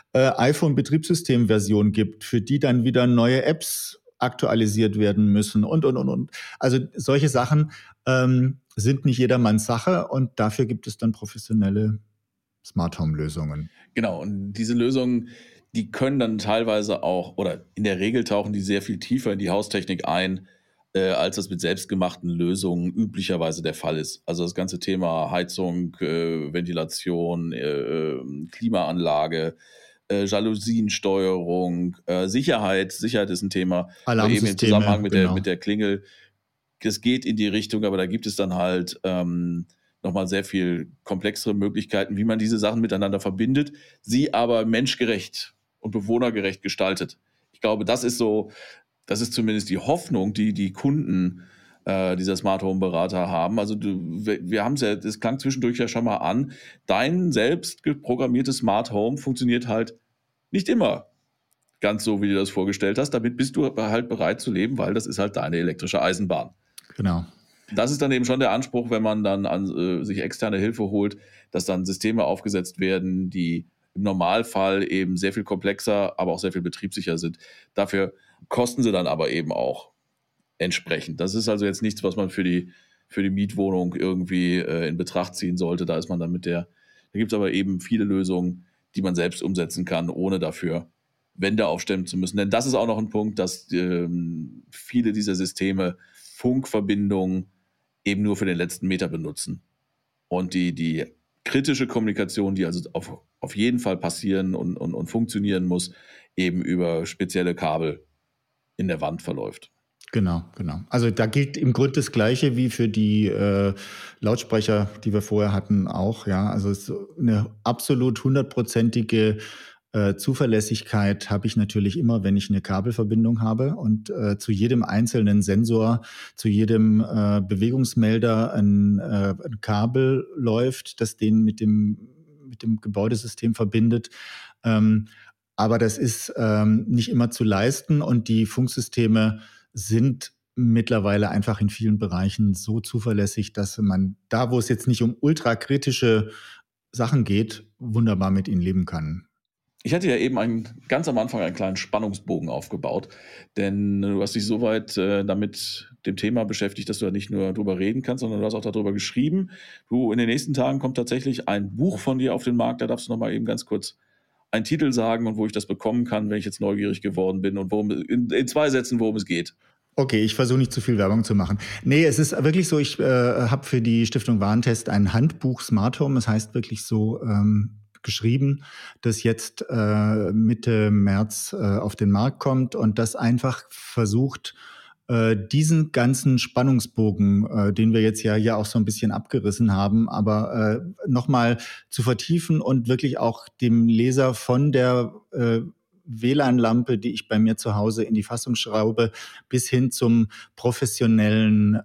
iPhone-Betriebssystem-Version gibt, für die dann wieder neue Apps aktualisiert werden müssen und. Also solche Sachen sind nicht jedermanns Sache und dafür gibt es dann professionelle Smart Home Lösungen. Genau, und diese Lösungen, die können dann teilweise auch, oder in der Regel tauchen die sehr viel tiefer in die Haustechnik ein, als das mit selbstgemachten Lösungen üblicherweise der Fall ist. Also das ganze Thema Heizung, Ventilation, Klimaanlage, Jalousiensteuerung, Sicherheit. Sicherheit ist ein Thema, eben im Zusammenhang mit der Klingel. Es geht in die Richtung, aber da gibt es dann halt nochmal sehr viel komplexere Möglichkeiten, wie man diese Sachen miteinander verbindet, sie aber menschgerecht und bewohnergerecht gestaltet. Ich glaube, das ist zumindest die Hoffnung, die die Kunden dieser Smart Home Berater haben. Also wir haben es ja, das klang zwischendurch ja schon mal an, dein selbst programmiertes Smart Home funktioniert halt nicht immer ganz so, wie du das vorgestellt hast. Damit bist du halt bereit zu leben, weil das ist halt deine elektrische Eisenbahn. Genau. Das ist dann eben schon der Anspruch, wenn man dann sich externe Hilfe holt, dass dann Systeme aufgesetzt werden, die im Normalfall eben sehr viel komplexer, aber auch sehr viel betriebssicher sind. Dafür kosten sie dann aber eben auch entsprechend. Das ist also jetzt nichts, was man für die Mietwohnung irgendwie in Betracht ziehen sollte. Da gibt es aber eben viele Lösungen, die man selbst umsetzen kann, ohne dafür Wände aufstellen zu müssen. Denn das ist auch noch ein Punkt, dass viele dieser Systeme Funkverbindungen eben nur für den letzten Meter benutzen. Und die kritische Kommunikation, die also auf jeden Fall passieren und funktionieren muss, eben über spezielle Kabel in der Wand verläuft. Genau, genau. Also da gilt im Grunde das Gleiche wie für die Lautsprecher, die wir vorher hatten, auch. Ja, also es ist eine absolut hundertprozentige Zuverlässigkeit habe ich natürlich immer, wenn ich eine Kabelverbindung habe und zu jedem einzelnen Sensor, zu jedem Bewegungsmelder ein Kabel läuft, das den mit dem Gebäudesystem verbindet. Ähm, aber das ist nicht immer zu leisten und die Funksysteme sind mittlerweile einfach in vielen Bereichen so zuverlässig, dass man da, wo es jetzt nicht um ultrakritische Sachen geht, wunderbar mit ihnen leben kann. Ich hatte ja eben ganz am Anfang einen kleinen Spannungsbogen aufgebaut, denn du hast dich soweit damit dem Thema beschäftigt, dass du da nicht nur drüber reden kannst, sondern du hast auch darüber geschrieben. In den nächsten Tagen kommt tatsächlich ein Buch von dir auf den Markt, da darfst du noch mal eben ganz kurz einen Titel sagen und wo ich das bekommen kann, wenn ich jetzt neugierig geworden bin und in 2 Sätzen, worum es geht. Okay, ich versuche nicht zu viel Werbung zu machen. Nee, es ist wirklich so, ich habe für die Stiftung Warentest ein Handbuch Smart Home, das heißt wirklich so geschrieben, das jetzt Mitte März auf den Markt kommt und das einfach versucht, diesen ganzen Spannungsbogen, den wir jetzt ja hier auch so ein bisschen abgerissen haben, aber nochmal zu vertiefen und wirklich auch dem Leser von der WLAN-Lampe, die ich bei mir zu Hause in die Fassung schraube, bis hin zum professionellen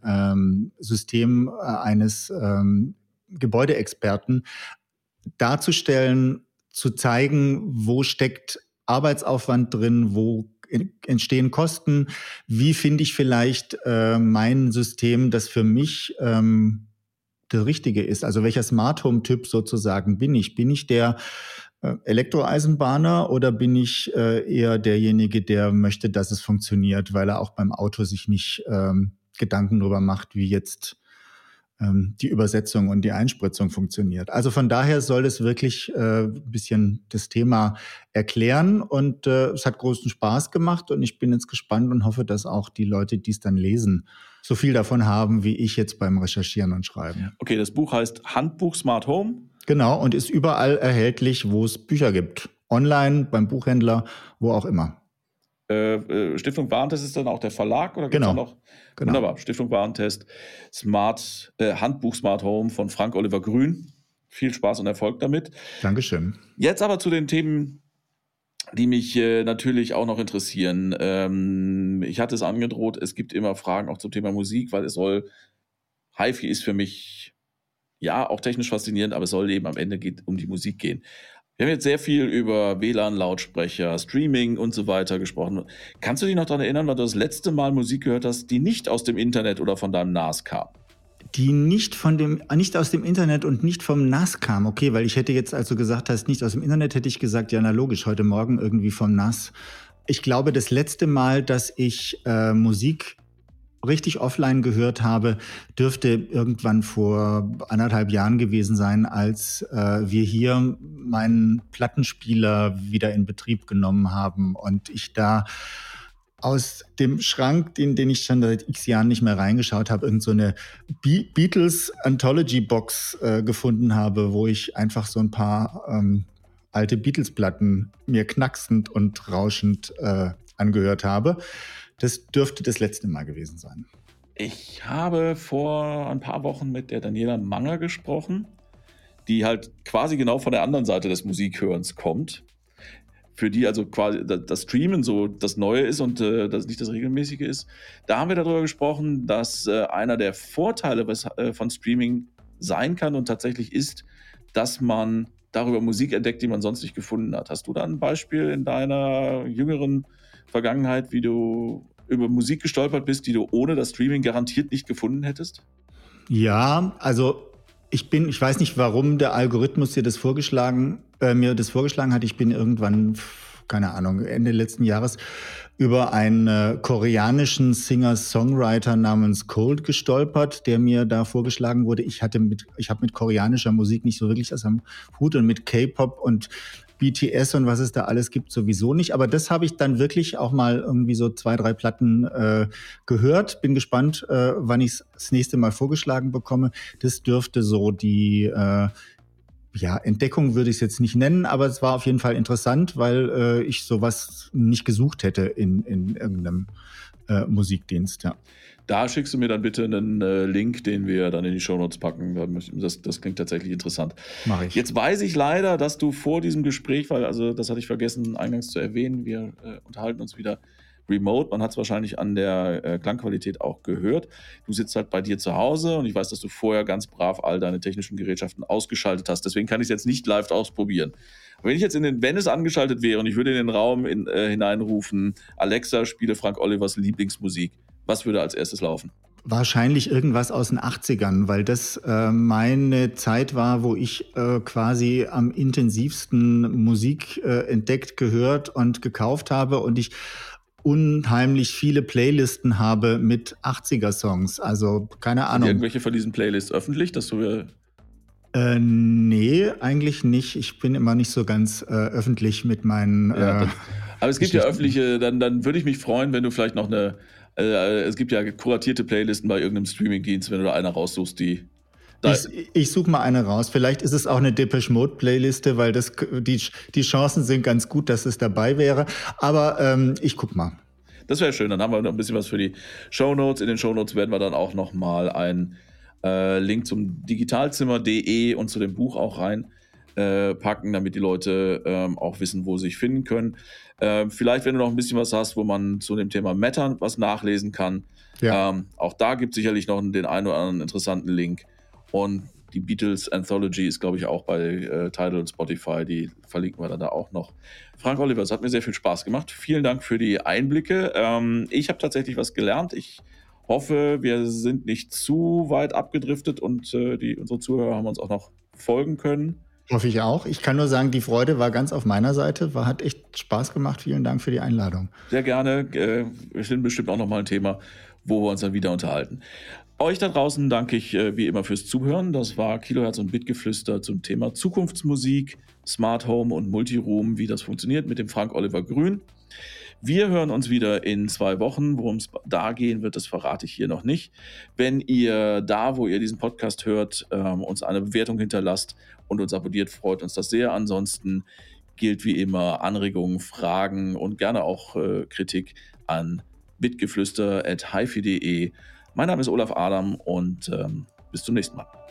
System eines Gebäudeexperten darzustellen, zu zeigen, wo steckt Arbeitsaufwand drin, wo entstehen Kosten, wie finde ich vielleicht mein System, das für mich das Richtige ist. Also welcher Smart Home Typ sozusagen bin ich? Bin ich der Elektroeisenbahner oder bin ich eher derjenige, der möchte, dass es funktioniert, weil er auch beim Auto sich nicht Gedanken darüber macht, wie jetzt die Übersetzung und die Einspritzung funktioniert. Also von daher soll es wirklich ein bisschen das Thema erklären und es hat großen Spaß gemacht und ich bin jetzt gespannt und hoffe, dass auch die Leute, die es dann lesen, so viel davon haben, wie ich jetzt beim Recherchieren und Schreiben. Okay, das Buch heißt Handbuch Smart Home. Genau, und ist überall erhältlich, wo es Bücher gibt. Online, beim Buchhändler, wo auch immer. Stiftung Warentest ist dann auch der Verlag oder Genau. Gibt's da noch? Genau. Wunderbar. Stiftung Warentest, Handbuch Smart Home von Frank Oliver Grün. Viel Spaß und Erfolg damit. Dankeschön. Jetzt aber zu den Themen, die mich natürlich auch noch interessieren. Ich hatte es angedroht, es gibt immer Fragen auch zum Thema Musik, weil HiFi ist für mich ja auch technisch faszinierend, aber es soll eben am Ende um die Musik gehen. Wir haben jetzt sehr viel über WLAN, Lautsprecher, Streaming und so weiter gesprochen. Kannst du dich noch daran erinnern, wann du das letzte Mal Musik gehört hast, die nicht aus dem Internet oder von deinem NAS kam? Die nicht aus dem Internet und nicht vom NAS kam. Okay, weil ich hätte jetzt, als du gesagt hast, nicht aus dem Internet, hätte ich gesagt, ja, na logisch, heute Morgen irgendwie vom NAS. Ich glaube, das letzte Mal, dass ich Musik richtig offline gehört habe, dürfte irgendwann vor 1,5 Jahren gewesen sein, als wir hier meinen Plattenspieler wieder in Betrieb genommen haben und ich da aus dem Schrank, den ich schon seit x Jahren nicht mehr reingeschaut habe, irgend so eine Beatles Anthology Box gefunden habe, wo ich einfach so ein paar alte Beatles-Platten mir knacksend und rauschend angehört habe. Das dürfte das letzte Mal gewesen sein. Ich habe vor ein paar Wochen mit der Daniela Manger gesprochen, die halt quasi genau von der anderen Seite des Musikhörens kommt. Für die also quasi das Streamen so das Neue ist und das nicht das Regelmäßige ist. Da haben wir darüber gesprochen, dass einer der Vorteile von Streaming sein kann und tatsächlich ist, dass man darüber Musik entdeckt, die man sonst nicht gefunden hat. Hast du da ein Beispiel in deiner jüngeren Vergangenheit, wie du über Musik gestolpert bist, die du ohne das Streaming garantiert nicht gefunden hättest? Ja, also ich weiß nicht, warum der Algorithmus mir das vorgeschlagen hat. Ich bin irgendwann, keine Ahnung, Ende letzten Jahres über einen koreanischen Singer-Songwriter namens Cold gestolpert, der mir da vorgeschlagen wurde. Ich habe mit koreanischer Musik nicht so wirklich was am Hut und mit K-Pop und BTS und was es da alles gibt sowieso nicht. Aber das habe ich dann wirklich auch mal irgendwie so 2, 3 Platten gehört. Bin gespannt, wann ich es das nächste Mal vorgeschlagen bekomme. Das dürfte so die Entdeckung würde ich es jetzt nicht nennen, aber es war auf jeden Fall interessant, weil ich sowas nicht gesucht hätte in irgendeinem Musikdienst, ja. Da schickst du mir dann bitte einen Link, den wir dann in die Shownotes packen. Das klingt tatsächlich interessant. Mache ich. Jetzt weiß ich leider, dass du vor diesem Gespräch, weil das hatte ich vergessen eingangs zu erwähnen, wir unterhalten uns wieder remote. Man hat es wahrscheinlich an der Klangqualität auch gehört. Du sitzt halt bei dir zu Hause und ich weiß, dass du vorher ganz brav all deine technischen Gerätschaften ausgeschaltet hast. Deswegen kann ich es jetzt nicht live ausprobieren. Aber wenn es angeschaltet wäre und ich würde in den Raum hineinrufen, Alexa, spiele Frank Olivers Lieblingsmusik, was würde als erstes laufen? Wahrscheinlich irgendwas aus den 80ern, weil das meine Zeit war, wo ich quasi am intensivsten Musik entdeckt, gehört und gekauft habe und ich unheimlich viele Playlisten habe mit 80er-Songs. Also keine Ahnung. Sind irgendwelche von diesen Playlists öffentlich, dass du... Nee, eigentlich nicht. Ich bin immer nicht so ganz öffentlich mit meinen... aber es gibt ja öffentliche, dann würde ich mich freuen, wenn du vielleicht noch es gibt ja kuratierte Playlisten bei irgendeinem Streamingdienst, wenn du da eine raussuchst, die... Ich suche mal eine raus. Vielleicht ist es auch eine Depeche Mode Playliste, weil die Chancen sind ganz gut, dass es dabei wäre. Aber ich guck mal. Das wäre schön. Dann haben wir noch ein bisschen was für die Shownotes. In den Shownotes werden wir dann auch nochmal einen Link zum digitalzimmer.de und zu dem Buch auch reinpacken, damit die Leute auch wissen, wo sie sich finden können. Vielleicht, wenn du noch ein bisschen was hast, wo man zu dem Thema Matter was nachlesen kann. Ja. Auch da gibt es sicherlich noch den einen oder anderen interessanten Link. Und die Beatles Anthology ist, glaube ich, auch bei Tidal und Spotify. Die verlinken wir dann da auch noch. Frank Oliver, es hat mir sehr viel Spaß gemacht. Vielen Dank für die Einblicke. Ich habe tatsächlich was gelernt. Ich hoffe, wir sind nicht zu weit abgedriftet und unsere Zuhörer haben uns auch noch folgen können. Hoffe ich auch. Ich kann nur sagen, die Freude war ganz auf meiner Seite. Hat echt Spaß gemacht. Vielen Dank für die Einladung. Sehr gerne. Wir finden bestimmt auch nochmal ein Thema, wo wir uns dann wieder unterhalten. Euch da draußen danke ich wie immer fürs Zuhören. Das war Kilohertz und Bitgeflüster zum Thema Zukunftsmusik, Smart Home und Multiroom, wie das funktioniert mit dem Frank Oliver Grün. Wir hören uns wieder in 2 Wochen. Worum es da gehen wird, das verrate ich hier noch nicht. Wenn ihr da, wo ihr diesen Podcast hört, uns eine Bewertung hinterlasst und uns abonniert, freut uns das sehr. Ansonsten gilt wie immer Anregungen, Fragen und gerne auch Kritik an bitgeflüster@hifi.de. Mein Name ist Olaf Adam und bis zum nächsten Mal.